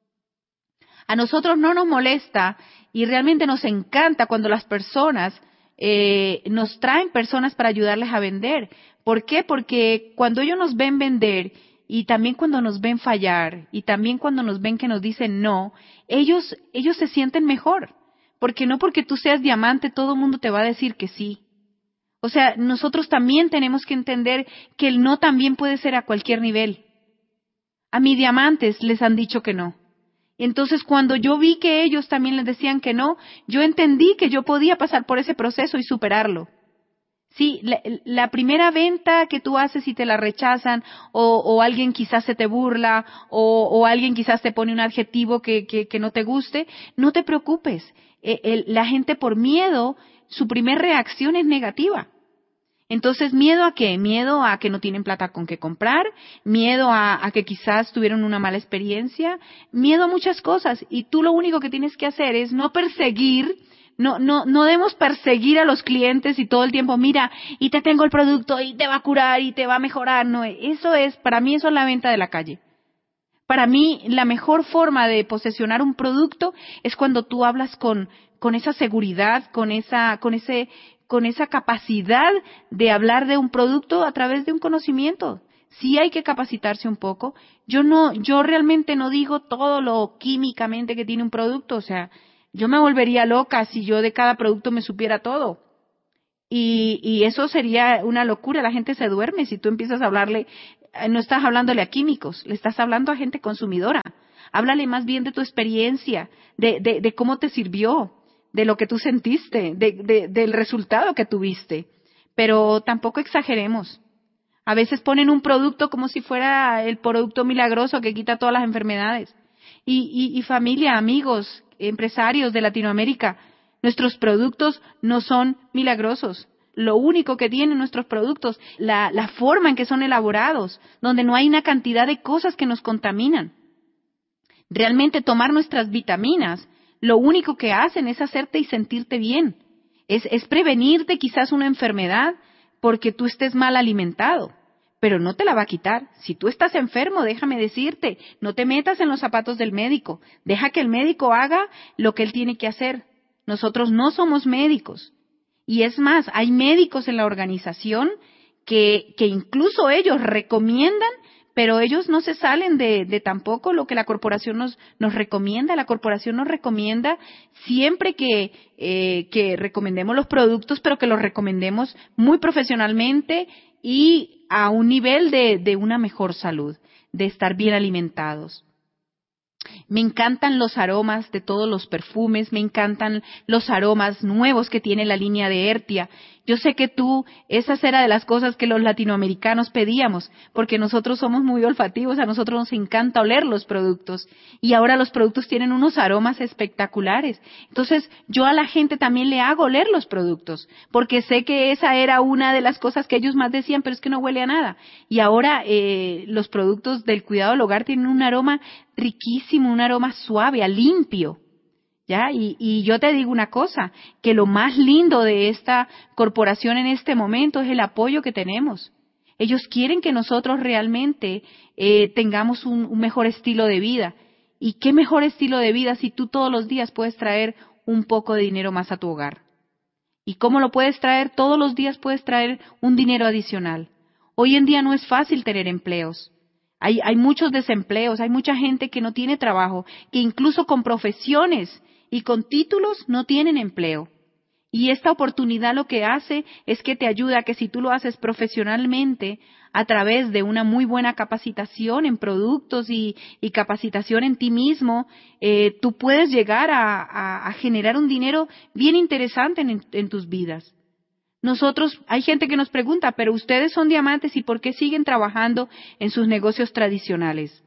A nosotros no nos molesta y realmente nos encanta cuando las personas eh, nos traen personas para ayudarles a vender. ¿Por qué? Porque cuando ellos nos ven vender y también cuando nos ven fallar y también cuando nos ven que nos dicen no, ellos, ellos se sienten mejor. Porque no porque tú seas diamante todo el mundo te va a decir que sí. O sea, nosotros también tenemos que entender que el no también puede ser a cualquier nivel. A mis diamantes les han dicho que no. Entonces, cuando yo vi que ellos también les decían que no, yo entendí que yo podía pasar por ese proceso y superarlo. Sí, la, la primera venta que tú haces y te la rechazan, o, o alguien quizás se te burla, o, o alguien quizás te pone un adjetivo que, que, que no te guste, no te preocupes. Eh, el, la gente por miedo, su primera reacción es negativa. Entonces, ¿miedo a qué? Miedo a que no tienen plata con qué comprar, miedo a, a que quizás tuvieron una mala experiencia, miedo a muchas cosas. Y tú lo único que tienes que hacer es no perseguir, no, no, no debemos perseguir a los clientes y todo el tiempo, mira, y te tengo el producto y te va a curar y te va a mejorar. No, eso es, para mí eso es la venta de la calle. Para mí, la mejor forma de posesionar un producto es cuando tú hablas con, con esa seguridad, con esa, con ese, con esa capacidad de hablar de un producto a través de un conocimiento. Sí hay que capacitarse un poco. Yo no, yo realmente no digo todo lo químicamente que tiene un producto. O sea, yo me volvería loca si yo de cada producto me supiera todo. Y, y eso sería una locura. La gente se duerme si tú empiezas a hablarle. No estás hablándole a químicos, le estás hablando a gente consumidora. Háblale más bien de tu experiencia, de, de, de cómo te sirvió, de lo que tú sentiste, de, de, del resultado que tuviste. Pero tampoco exageremos. A veces ponen un producto como si fuera el producto milagroso que quita todas las enfermedades. Y, y, y familia, amigos, empresarios de Latinoamérica, nuestros productos no son milagrosos. Lo único que tienen nuestros productos, la, la forma en que son elaborados, donde no hay una cantidad de cosas que nos contaminan. Realmente tomar nuestras vitaminas, lo único que hacen es hacerte y sentirte bien. Es, es prevenirte quizás una enfermedad porque tú estés mal alimentado, pero no te la va a quitar. Si tú estás enfermo, déjame decirte, no te metas en los zapatos del médico. Deja que el médico haga lo que él tiene que hacer. Nosotros no somos médicos. Y es más, hay médicos en la organización que, que incluso ellos recomiendan, pero ellos no se salen de, de tampoco lo que la corporación nos, nos recomienda. La corporación nos recomienda siempre que, eh, que recomendemos los productos, pero que los recomendemos muy profesionalmente y a un nivel de, de una mejor salud, de estar bien alimentados. Me encantan los aromas de todos los perfumes, me encantan los aromas nuevos que tiene la línea de Ertia. Yo sé que tú, esas eran de las cosas que los latinoamericanos pedíamos, porque nosotros somos muy olfativos, a nosotros nos encanta oler los productos. Y ahora los productos tienen unos aromas espectaculares. Entonces, yo a la gente también le hago oler los productos, porque sé que esa era una de las cosas que ellos más decían, pero es que no huele a nada. Y ahora eh, los productos del cuidado del hogar tienen un aroma riquísimo, un aroma suave, a limpio. ¿Ya? Y, y yo te digo una cosa, que lo más lindo de esta corporación en este momento es el apoyo que tenemos. Ellos quieren que nosotros realmente eh, tengamos un, un mejor estilo de vida. ¿Y qué mejor estilo de vida si tú todos los días puedes traer un poco de dinero más a tu hogar? ¿Y cómo lo puedes traer? Todos los días puedes traer un dinero adicional. Hoy en día no es fácil tener empleos. Hay, hay muchos desempleos, hay mucha gente que no tiene trabajo, que incluso con profesiones y con títulos no tienen empleo. Y esta oportunidad lo que hace es que te ayuda a que si tú lo haces profesionalmente a través de una muy buena capacitación en productos y, y capacitación en ti mismo, eh, tú puedes llegar a, a, a generar un dinero bien interesante en, en tus vidas. Nosotros, hay gente que nos pregunta, pero ustedes son diamantes y ¿por qué siguen trabajando en sus negocios tradicionales?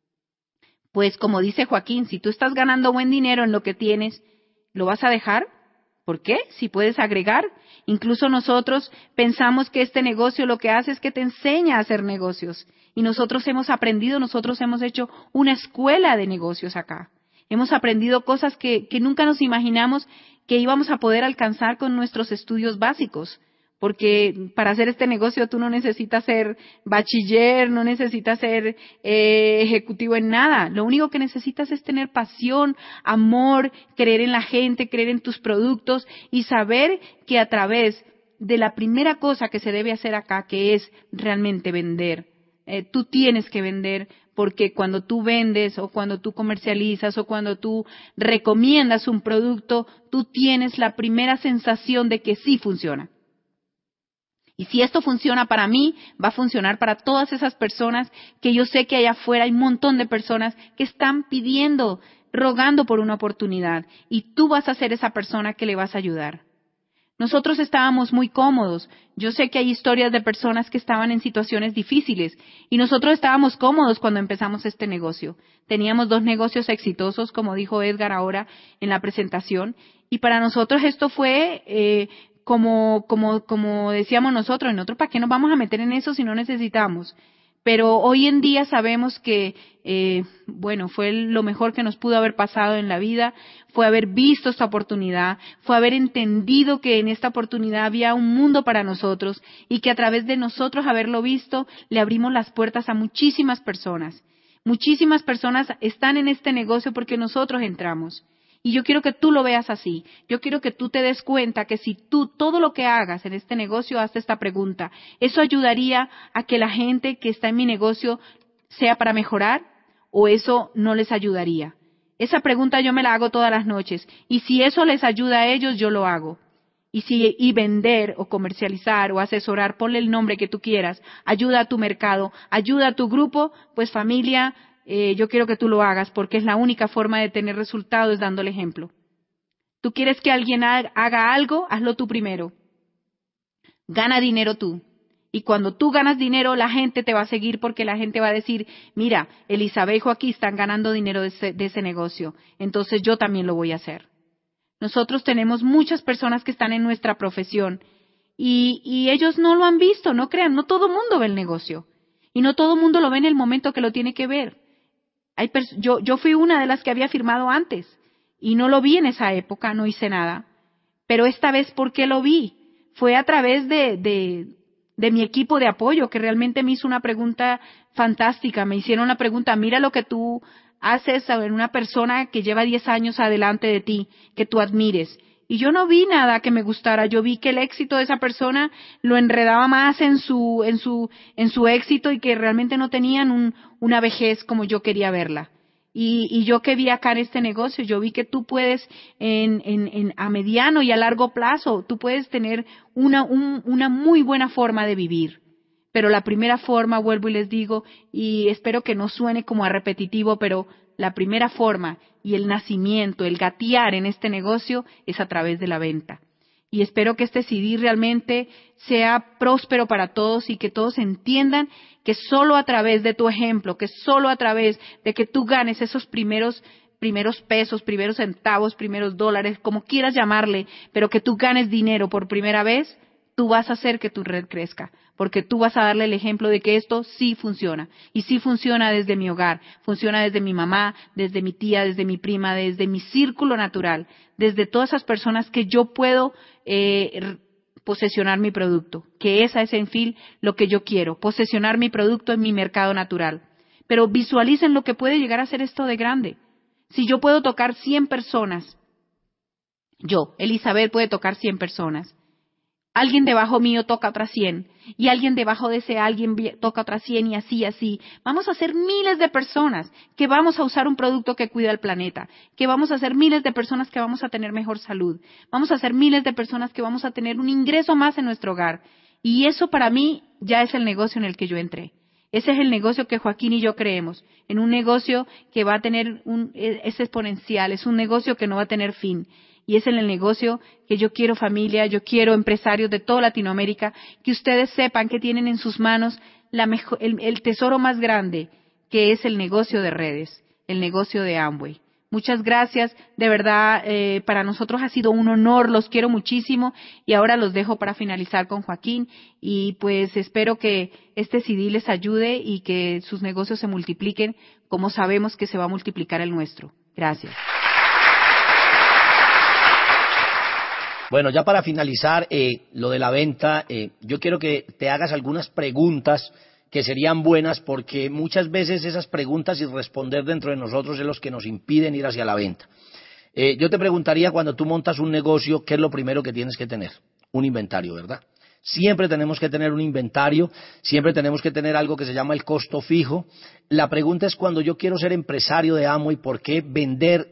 Pues como dice Joaquín, si tú estás ganando buen dinero en lo que tienes, ¿lo vas a dejar? ¿Por qué? Si puedes agregar. Incluso nosotros pensamos que este negocio lo que hace es que te enseña a hacer negocios. Y nosotros hemos aprendido, nosotros hemos hecho una escuela de negocios acá. Hemos aprendido cosas que, que nunca nos imaginamos que íbamos a poder alcanzar con nuestros estudios básicos. porque para hacer este negocio tú no necesitas ser bachiller, no necesitas ser eh, ejecutivo en nada. Lo único que necesitas es tener pasión, amor, creer en la gente, creer en tus productos y saber que a través de la primera cosa que se debe hacer acá, que es realmente vender. Eh, tú tienes que vender, porque cuando tú vendes o cuando tú comercializas o cuando tú recomiendas un producto, tú tienes la primera sensación de que sí funciona. Y si esto funciona para mí, va a funcionar para todas esas personas que yo sé que allá afuera hay un montón de personas que están pidiendo, rogando por una oportunidad, y tú vas a ser esa persona que le vas a ayudar. Nosotros estábamos muy cómodos. Yo sé que hay historias de personas que estaban en situaciones difíciles y nosotros estábamos cómodos cuando empezamos este negocio. Teníamos dos negocios exitosos, como dijo Edgar ahora en la presentación, y para nosotros esto fue eh, como, como, como decíamos nosotros, nosotros ¿para qué nos vamos a meter en eso si no necesitamos? Pero hoy en día sabemos que, eh, bueno, fue lo mejor que nos pudo haber pasado en la vida, fue haber visto esta oportunidad, fue haber entendido que en esta oportunidad había un mundo para nosotros y que a través de nosotros haberlo visto, le abrimos las puertas a muchísimas personas. Muchísimas personas están en este negocio porque nosotros entramos. Y yo quiero que tú lo veas así. Yo quiero que tú te des cuenta que si tú todo lo que hagas en este negocio, hazte esta pregunta. ¿Eso ayudaría a que la gente que está en mi negocio sea para mejorar o eso no les ayudaría? Esa pregunta yo me la hago todas las noches. Y si eso les ayuda a ellos, yo lo hago. Y si y vender o comercializar o asesorar, ponle el nombre que tú quieras, ayuda a tu mercado, ayuda a tu grupo, pues familia, Eh, yo quiero que tú lo hagas porque es la única forma de tener resultados dando el ejemplo. Tú quieres que alguien haga algo, hazlo tú primero. Gana dinero tú. Y cuando tú ganas dinero, la gente te va a seguir porque la gente va a decir, mira, Elizabeth y Joaquín están ganando dinero de ese, de ese negocio, entonces yo también lo voy a hacer. Nosotros tenemos muchas personas que están en nuestra profesión y, y ellos no lo han visto, no crean, no todo el mundo ve el negocio. Y no todo el mundo lo ve en el momento que lo tiene que ver. Hay yo, yo fui una de las que había firmado antes y no lo vi en esa época, no hice nada. Pero esta vez, ¿por qué lo vi? Fue a través de, de, de mi equipo de apoyo que realmente me hizo una pregunta fantástica. Me hicieron la pregunta, mira lo que tú haces en una persona que lleva diez años adelante de ti, que tú admires. Y yo no vi nada que me gustara, yo vi que el éxito de esa persona lo enredaba más en su, en su, en su éxito y que realmente no tenían un, una vejez como yo quería verla. Y, y yo que vi acá en este negocio, yo vi que tú puedes en, en, en, a mediano y a largo plazo, tú puedes tener una, un, una muy buena forma de vivir. Pero la primera forma, vuelvo y les digo, y espero que no suene como a repetitivo, pero la primera forma y el nacimiento, el gatear en este negocio es a través de la venta. Y espero que este C D realmente sea próspero para todos y que todos entiendan que solo a través de tu ejemplo, que solo a través de que tú ganes esos primeros, primeros pesos, primeros centavos, primeros dólares, como quieras llamarle, pero que tú ganes dinero por primera vez, tú vas a hacer que tu red crezca, porque tú vas a darle el ejemplo de que esto sí funciona. Y sí funciona desde mi hogar, funciona desde mi mamá, desde mi tía, desde mi prima, desde mi círculo natural, desde todas esas personas que yo puedo eh, posesionar mi producto, que esa es en fin lo que yo quiero, posesionar mi producto en mi mercado natural. Pero visualicen lo que puede llegar a ser esto de grande. Si yo puedo tocar cien personas, yo, Elizabeth, puede tocar cien personas. Alguien debajo mío toca otras cien, y alguien debajo de ese alguien toca otras cien, y así, así. Vamos a ser miles de personas que vamos a usar un producto que cuida el planeta, que vamos a ser miles de personas que vamos a tener mejor salud, vamos a ser miles de personas que vamos a tener un ingreso más en nuestro hogar. Y eso para mí ya es el negocio en el que yo entré. Ese es el negocio que Joaquín y yo creemos, en un negocio que va a tener un, es exponencial, es un negocio que no va a tener fin. Y es en el negocio que yo quiero familia, yo quiero empresarios de toda Latinoamérica, que ustedes sepan que tienen en sus manos la mejor, el, el tesoro más grande, que es el negocio de redes, el negocio de Amway. Muchas gracias, de verdad, eh, para nosotros ha sido un honor, los quiero muchísimo y ahora los dejo para finalizar con Joaquín y pues espero que este C D les ayude y que sus negocios se multipliquen como sabemos que se va a multiplicar el nuestro. Gracias. Bueno, ya para finalizar eh, lo de la venta, eh, yo quiero que te hagas algunas preguntas que serían buenas, porque muchas veces esas preguntas y responder dentro de nosotros es los que nos impiden ir hacia la venta. Eh, yo te preguntaría, cuando tú montas un negocio, ¿qué es lo primero que tienes que tener? Un inventario, ¿verdad? Siempre tenemos que tener un inventario, siempre tenemos que tener algo que se llama el costo fijo. La pregunta es, cuando yo quiero ser empresario de Amway, ¿por qué vender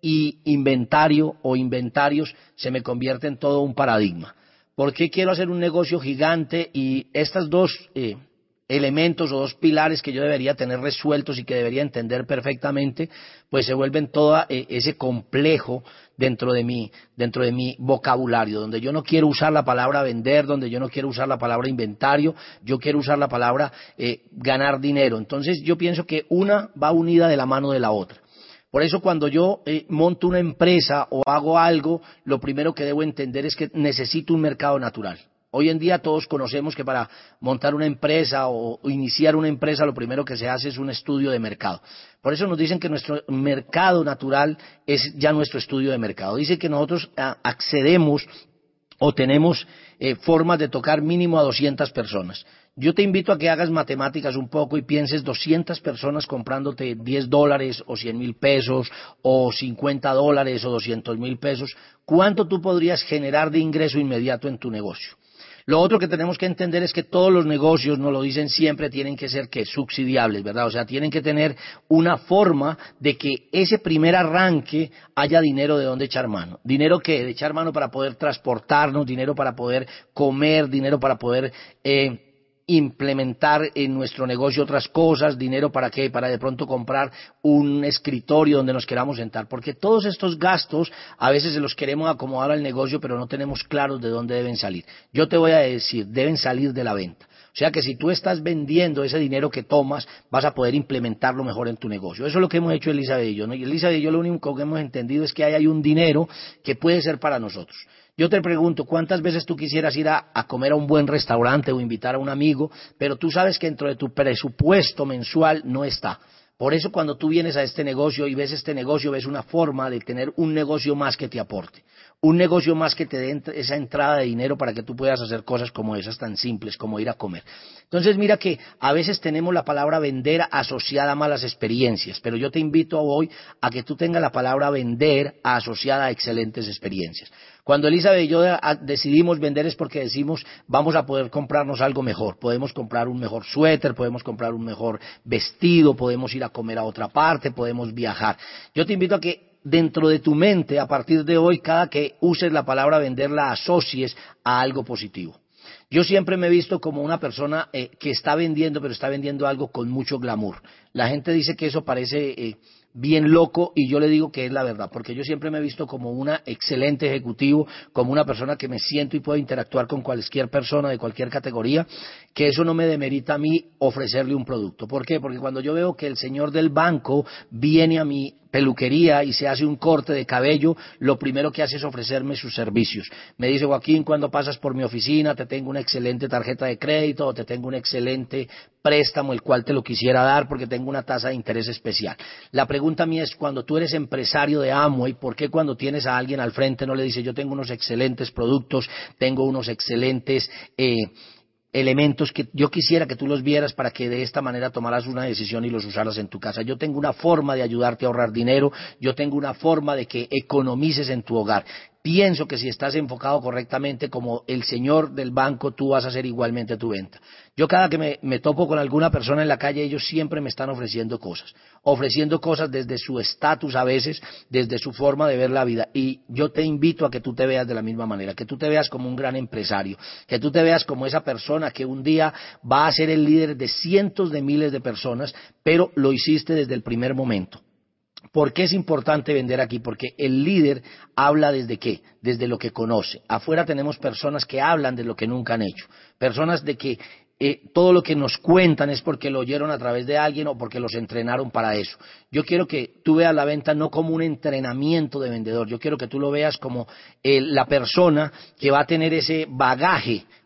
y inventario o inventarios se me convierte en todo un paradigma? ¿Por qué quiero hacer un negocio gigante y estas dos eh, elementos o dos pilares que yo debería tener resueltos y que debería entender perfectamente, pues se vuelven todo eh, ese complejo dentro de mí, dentro de mi vocabulario, donde yo no quiero usar la palabra vender, donde yo no quiero usar la palabra inventario, yo quiero usar la palabra eh, ganar dinero? Entonces yo pienso que una va unida de la mano de la otra. Por eso, cuando yo eh, monto una empresa o hago algo, lo primero que debo entender es que necesito un mercado natural. Hoy en día todos conocemos que para montar una empresa o iniciar una empresa, lo primero que se hace es un estudio de mercado. Por eso nos dicen que nuestro mercado natural es ya nuestro estudio de mercado. Dice que nosotros a, accedemos o tenemos eh, formas de tocar mínimo a doscientas personas. Yo te invito a que hagas matemáticas un poco y pienses doscientas personas comprándote diez dólares o cien mil pesos o cincuenta dólares o doscientos mil pesos. ¿Cuánto tú podrías generar de ingreso inmediato en tu negocio? Lo otro que tenemos que entender es que todos los negocios, nos lo dicen siempre, tienen que ser que subsidiables, ¿verdad? O sea, tienen que tener una forma de que ese primer arranque haya dinero de donde echar mano. ¿Dinero qué? De echar mano para poder transportarnos, dinero para poder comer, dinero para poder eh, implementar en nuestro negocio otras cosas, dinero para qué, para de pronto comprar un escritorio donde nos queramos sentar, porque todos estos gastos a veces se los queremos acomodar al negocio, pero no tenemos claros de dónde deben salir. Yo te voy a decir, deben salir de la venta. O sea que si tú estás vendiendo ese dinero que tomas, vas a poder implementarlo mejor en tu negocio. Eso es lo que hemos hecho Elizabeth y yo, ¿no? Y Elizabeth y yo lo único que hemos entendido es que ahí hay un dinero que puede ser para nosotros. Yo te pregunto, ¿cuántas veces tú quisieras ir a, a comer a un buen restaurante o invitar a un amigo, pero tú sabes que dentro de tu presupuesto mensual no está? Por eso, cuando tú vienes a este negocio y ves este negocio, ves una forma de tener un negocio más que te aporte, un negocio más que te dé esa entrada de dinero para que tú puedas hacer cosas como esas tan simples como ir a comer. Entonces mira que a veces tenemos la palabra vender asociada a malas experiencias, pero yo te invito hoy a que tú tengas la palabra vender asociada a excelentes experiencias. Cuando Elizabeth y yo decidimos vender es porque decimos, vamos a poder comprarnos algo mejor. Podemos comprar un mejor suéter, podemos comprar un mejor vestido, podemos ir a comer a otra parte, podemos viajar. Yo te invito a que dentro de tu mente, a partir de hoy, cada que uses la palabra vender, la asocies a algo positivo. Yo siempre me he visto como una persona eh, que está vendiendo, pero está vendiendo algo con mucho glamour. La gente dice que eso parece eh, bien loco y yo le digo que es la verdad, porque yo siempre me he visto como un excelente ejecutivo, como una persona que me siento y puedo interactuar con cualquier persona de cualquier categoría, que eso no me demerita a mí ofrecerle un producto. ¿Por qué? Porque cuando yo veo que el señor del banco viene a mi peluquería y se hace un corte de cabello, lo primero que hace es ofrecerme sus servicios. Me dice, Joaquín, cuando pasas por mi oficina te tengo una excelente tarjeta de crédito o te tengo un excelente préstamo el cual te lo quisiera dar porque tengo una tasa de interés especial. La pregunta mía es, cuando tú eres empresario de Amway, ¿por qué cuando tienes a alguien al frente no le dices, yo tengo unos excelentes productos, tengo unos excelentes eh, elementos que yo quisiera que tú los vieras para que de esta manera tomaras una decisión y los usaras en tu casa? Yo tengo una forma de ayudarte a ahorrar dinero, yo tengo una forma de que economices en tu hogar. Pienso que si estás enfocado correctamente como el señor del banco, tú vas a hacer igualmente tu venta. Yo cada que me, me topo con alguna persona en la calle, ellos siempre me están ofreciendo cosas, ofreciendo cosas desde su estatus a veces, desde su forma de ver la vida. Y yo te invito a que tú te veas de la misma manera, que tú te veas como un gran empresario, que tú te veas como esa persona que un día va a ser el líder de cientos de miles de personas, pero lo hiciste desde el primer momento. ¿Por qué es importante vender aquí? Porque el líder habla desde qué, desde lo que conoce. Afuera tenemos personas que hablan de lo que nunca han hecho, personas de que eh, todo lo que nos cuentan es porque lo oyeron a través de alguien o porque los entrenaron para eso. Yo quiero que tú veas la venta no como un entrenamiento de vendedor, yo quiero que tú lo veas como eh, la persona que va a tener ese bagaje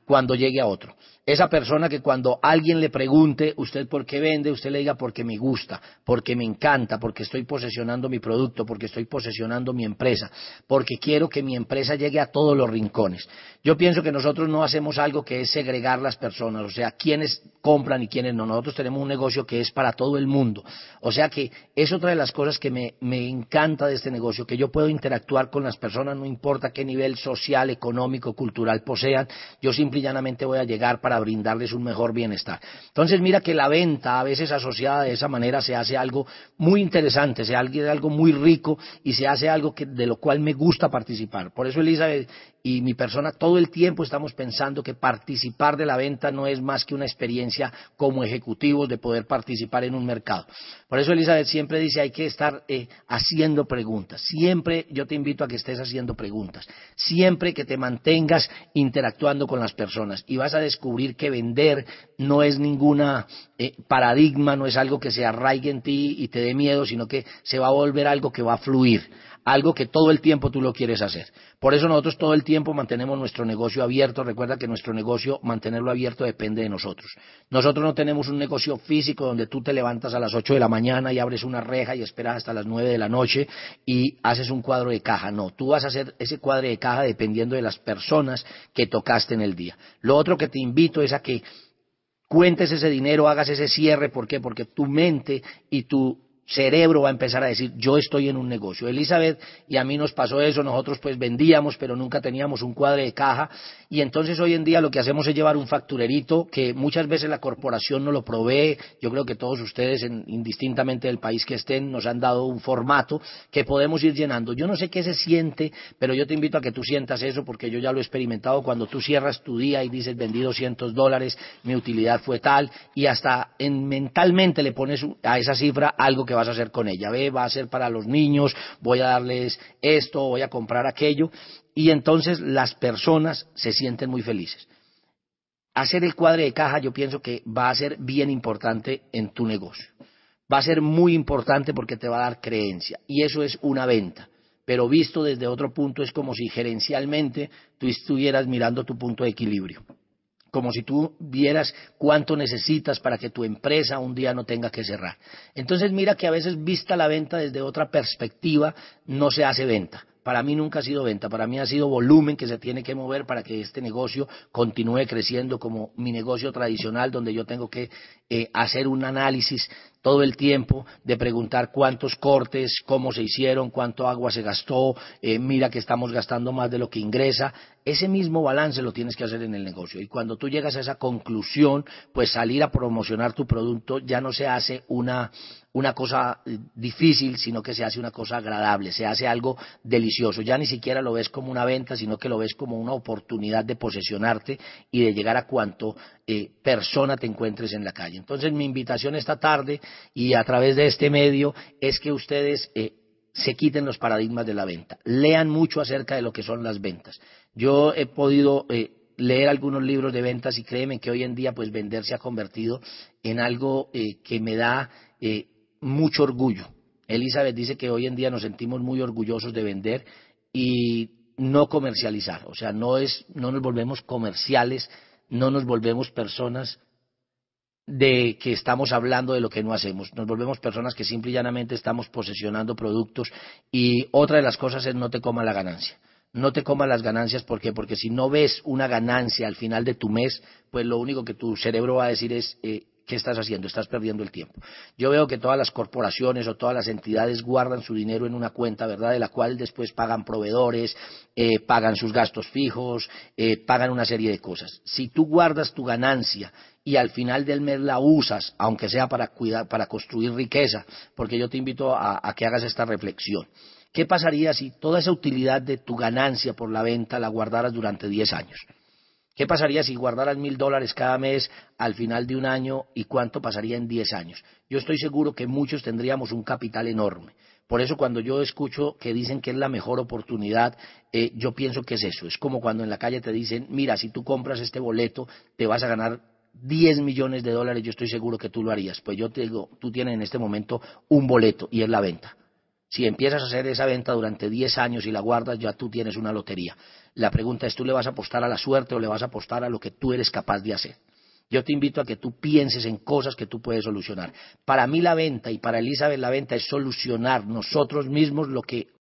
cuando llegue a otro. Esa persona que cuando alguien le pregunte, ¿usted por qué vende? Usted le diga porque me gusta, porque me encanta, porque estoy posesionando mi producto, porque estoy posesionando mi empresa, porque quiero que mi empresa llegue a todos los rincones. Yo pienso que nosotros no hacemos algo que es segregar las personas, o sea, quiénes compran y quiénes no. Nosotros tenemos un negocio que es para todo el mundo. O sea que es otra de las cosas que me, me encanta de este negocio, que yo puedo interactuar con las personas, no importa qué nivel social, económico, cultural posean, yo simple y llanamente voy a llegar para para brindarles un mejor bienestar. Entonces mira que la venta a veces asociada de esa manera se hace algo muy interesante, se hace algo muy rico y se hace algo que, de lo cual me gusta participar. Por eso Elizabeth y mi persona todo el tiempo estamos pensando que participar de la venta no es más que una experiencia como ejecutivos de poder participar en un mercado. Por eso Elizabeth siempre dice hay que estar eh, haciendo preguntas, siempre yo te invito a que estés haciendo preguntas, siempre que te mantengas interactuando con las personas y vas a descubrir que vender no es ninguna eh, paradigma, no es algo que se arraigue en ti y te dé miedo, sino que se va a volver algo que va a fluir, algo que todo el tiempo tú lo quieres hacer. Por eso nosotros todo el tiempo mantenemos nuestro negocio abierto. Recuerda que nuestro negocio, mantenerlo abierto depende de nosotros. Nosotros no tenemos un negocio físico donde tú te levantas a las ocho de la mañana y abres una reja y esperas hasta las nueve de la noche y haces un cuadro de caja. No, tú vas a hacer ese cuadro de caja dependiendo de las personas que tocaste en el día. Lo otro que te invito es a que cuentes ese dinero, hagas ese cierre. ¿Por qué? Porque tu mente y tu cerebro va a empezar a decir, yo estoy en un negocio. Elizabeth y a mí nos pasó eso, nosotros pues vendíamos, pero nunca teníamos un cuadre de caja, y entonces hoy en día lo que hacemos es llevar un facturerito que muchas veces la corporación no lo provee. Yo creo que todos ustedes, en, indistintamente del país que estén, nos han dado un formato que podemos ir llenando. Yo no sé qué se siente, pero yo te invito a que tú sientas eso, porque yo ya lo he experimentado. Cuando tú cierras tu día y dices, vendí doscientos dólares, mi utilidad fue tal, y hasta en, mentalmente le pones a esa cifra algo que vas a hacer con ella. Ve, va a ser para los niños, voy a darles esto, voy a comprar aquello, y entonces las personas se sienten muy felices. Hacer el cuadre de caja yo pienso que va a ser bien importante en tu negocio. Va a ser muy importante porque te va a dar creencia, y eso es una venta. Pero visto desde otro punto es como si gerencialmente tú estuvieras mirando tu punto de equilibrio. Como si tú vieras cuánto necesitas para que tu empresa un día no tenga que cerrar. Entonces mira que a veces vista la venta desde otra perspectiva no se hace venta. Para mí nunca ha sido venta, para mí ha sido volumen que se tiene que mover para que este negocio continúe creciendo como mi negocio tradicional, donde yo tengo que eh, hacer un análisis todo el tiempo de preguntar cuántos cortes, cómo se hicieron, cuánto agua se gastó, eh, mira que estamos gastando más de lo que ingresa. Ese mismo balance lo tienes que hacer en el negocio, y cuando tú llegas a esa conclusión, pues salir a promocionar tu producto ya no se hace una, una cosa difícil, sino que se hace una cosa agradable, se hace algo delicioso. Ya ni siquiera lo ves como una venta, sino que lo ves como una oportunidad de posesionarte y de llegar a cuanto eh, persona te encuentres en la calle. Entonces mi invitación esta tarde y a través de este medio es que ustedes eh, se quiten los paradigmas de la venta, lean mucho acerca de lo que son las ventas. Yo he podido eh, leer algunos libros de ventas y créeme que hoy en día pues vender se ha convertido en algo eh, que me da eh, mucho orgullo. Elizabeth dice que hoy en día nos sentimos muy orgullosos de vender y no comercializar, o sea, no es, no nos volvemos comerciales, no nos volvemos personas de que estamos hablando de lo que no hacemos, nos volvemos personas que simple y llanamente estamos posesionando productos. Y otra de las cosas es no te comas la ganancia, no te comas las ganancias. ¿Por qué? Porque si no ves una ganancia al final de tu mes, pues lo único que tu cerebro va a decir es eh, ¿qué estás haciendo? Estás perdiendo el tiempo. Yo veo que todas las corporaciones o todas las entidades guardan su dinero en una cuenta, ¿verdad?, de la cual después pagan proveedores, eh, pagan sus gastos fijos, eh, pagan una serie de cosas. Si tú guardas tu ganancia y al final del mes la usas, aunque sea para cuidar, para construir riqueza, porque yo te invito a, a que hagas esta reflexión. ¿Qué pasaría si toda esa utilidad de tu ganancia por la venta la guardaras durante diez años? ¿Qué pasaría si guardaras mil dólares cada mes al final de un año, y cuánto pasaría en diez años? Yo estoy seguro que muchos tendríamos un capital enorme. Por eso cuando yo escucho que dicen que es la mejor oportunidad, eh, yo pienso que es eso. Es como cuando en la calle te dicen, mira, si tú compras este boleto te vas a ganar diez millones de dólares, yo estoy seguro que tú lo harías. Pues yo te digo, tú tienes en este momento un boleto y es la venta. Si empiezas a hacer esa venta durante diez años y la guardas, ya tú tienes una lotería. La pregunta es, ¿tú le vas a apostar a la suerte o le vas a apostar a lo que tú eres capaz de hacer? Yo te invito a que tú pienses en cosas que tú puedes solucionar. Para mí la venta y para Elizabeth la venta es solucionar nosotros mismos lo que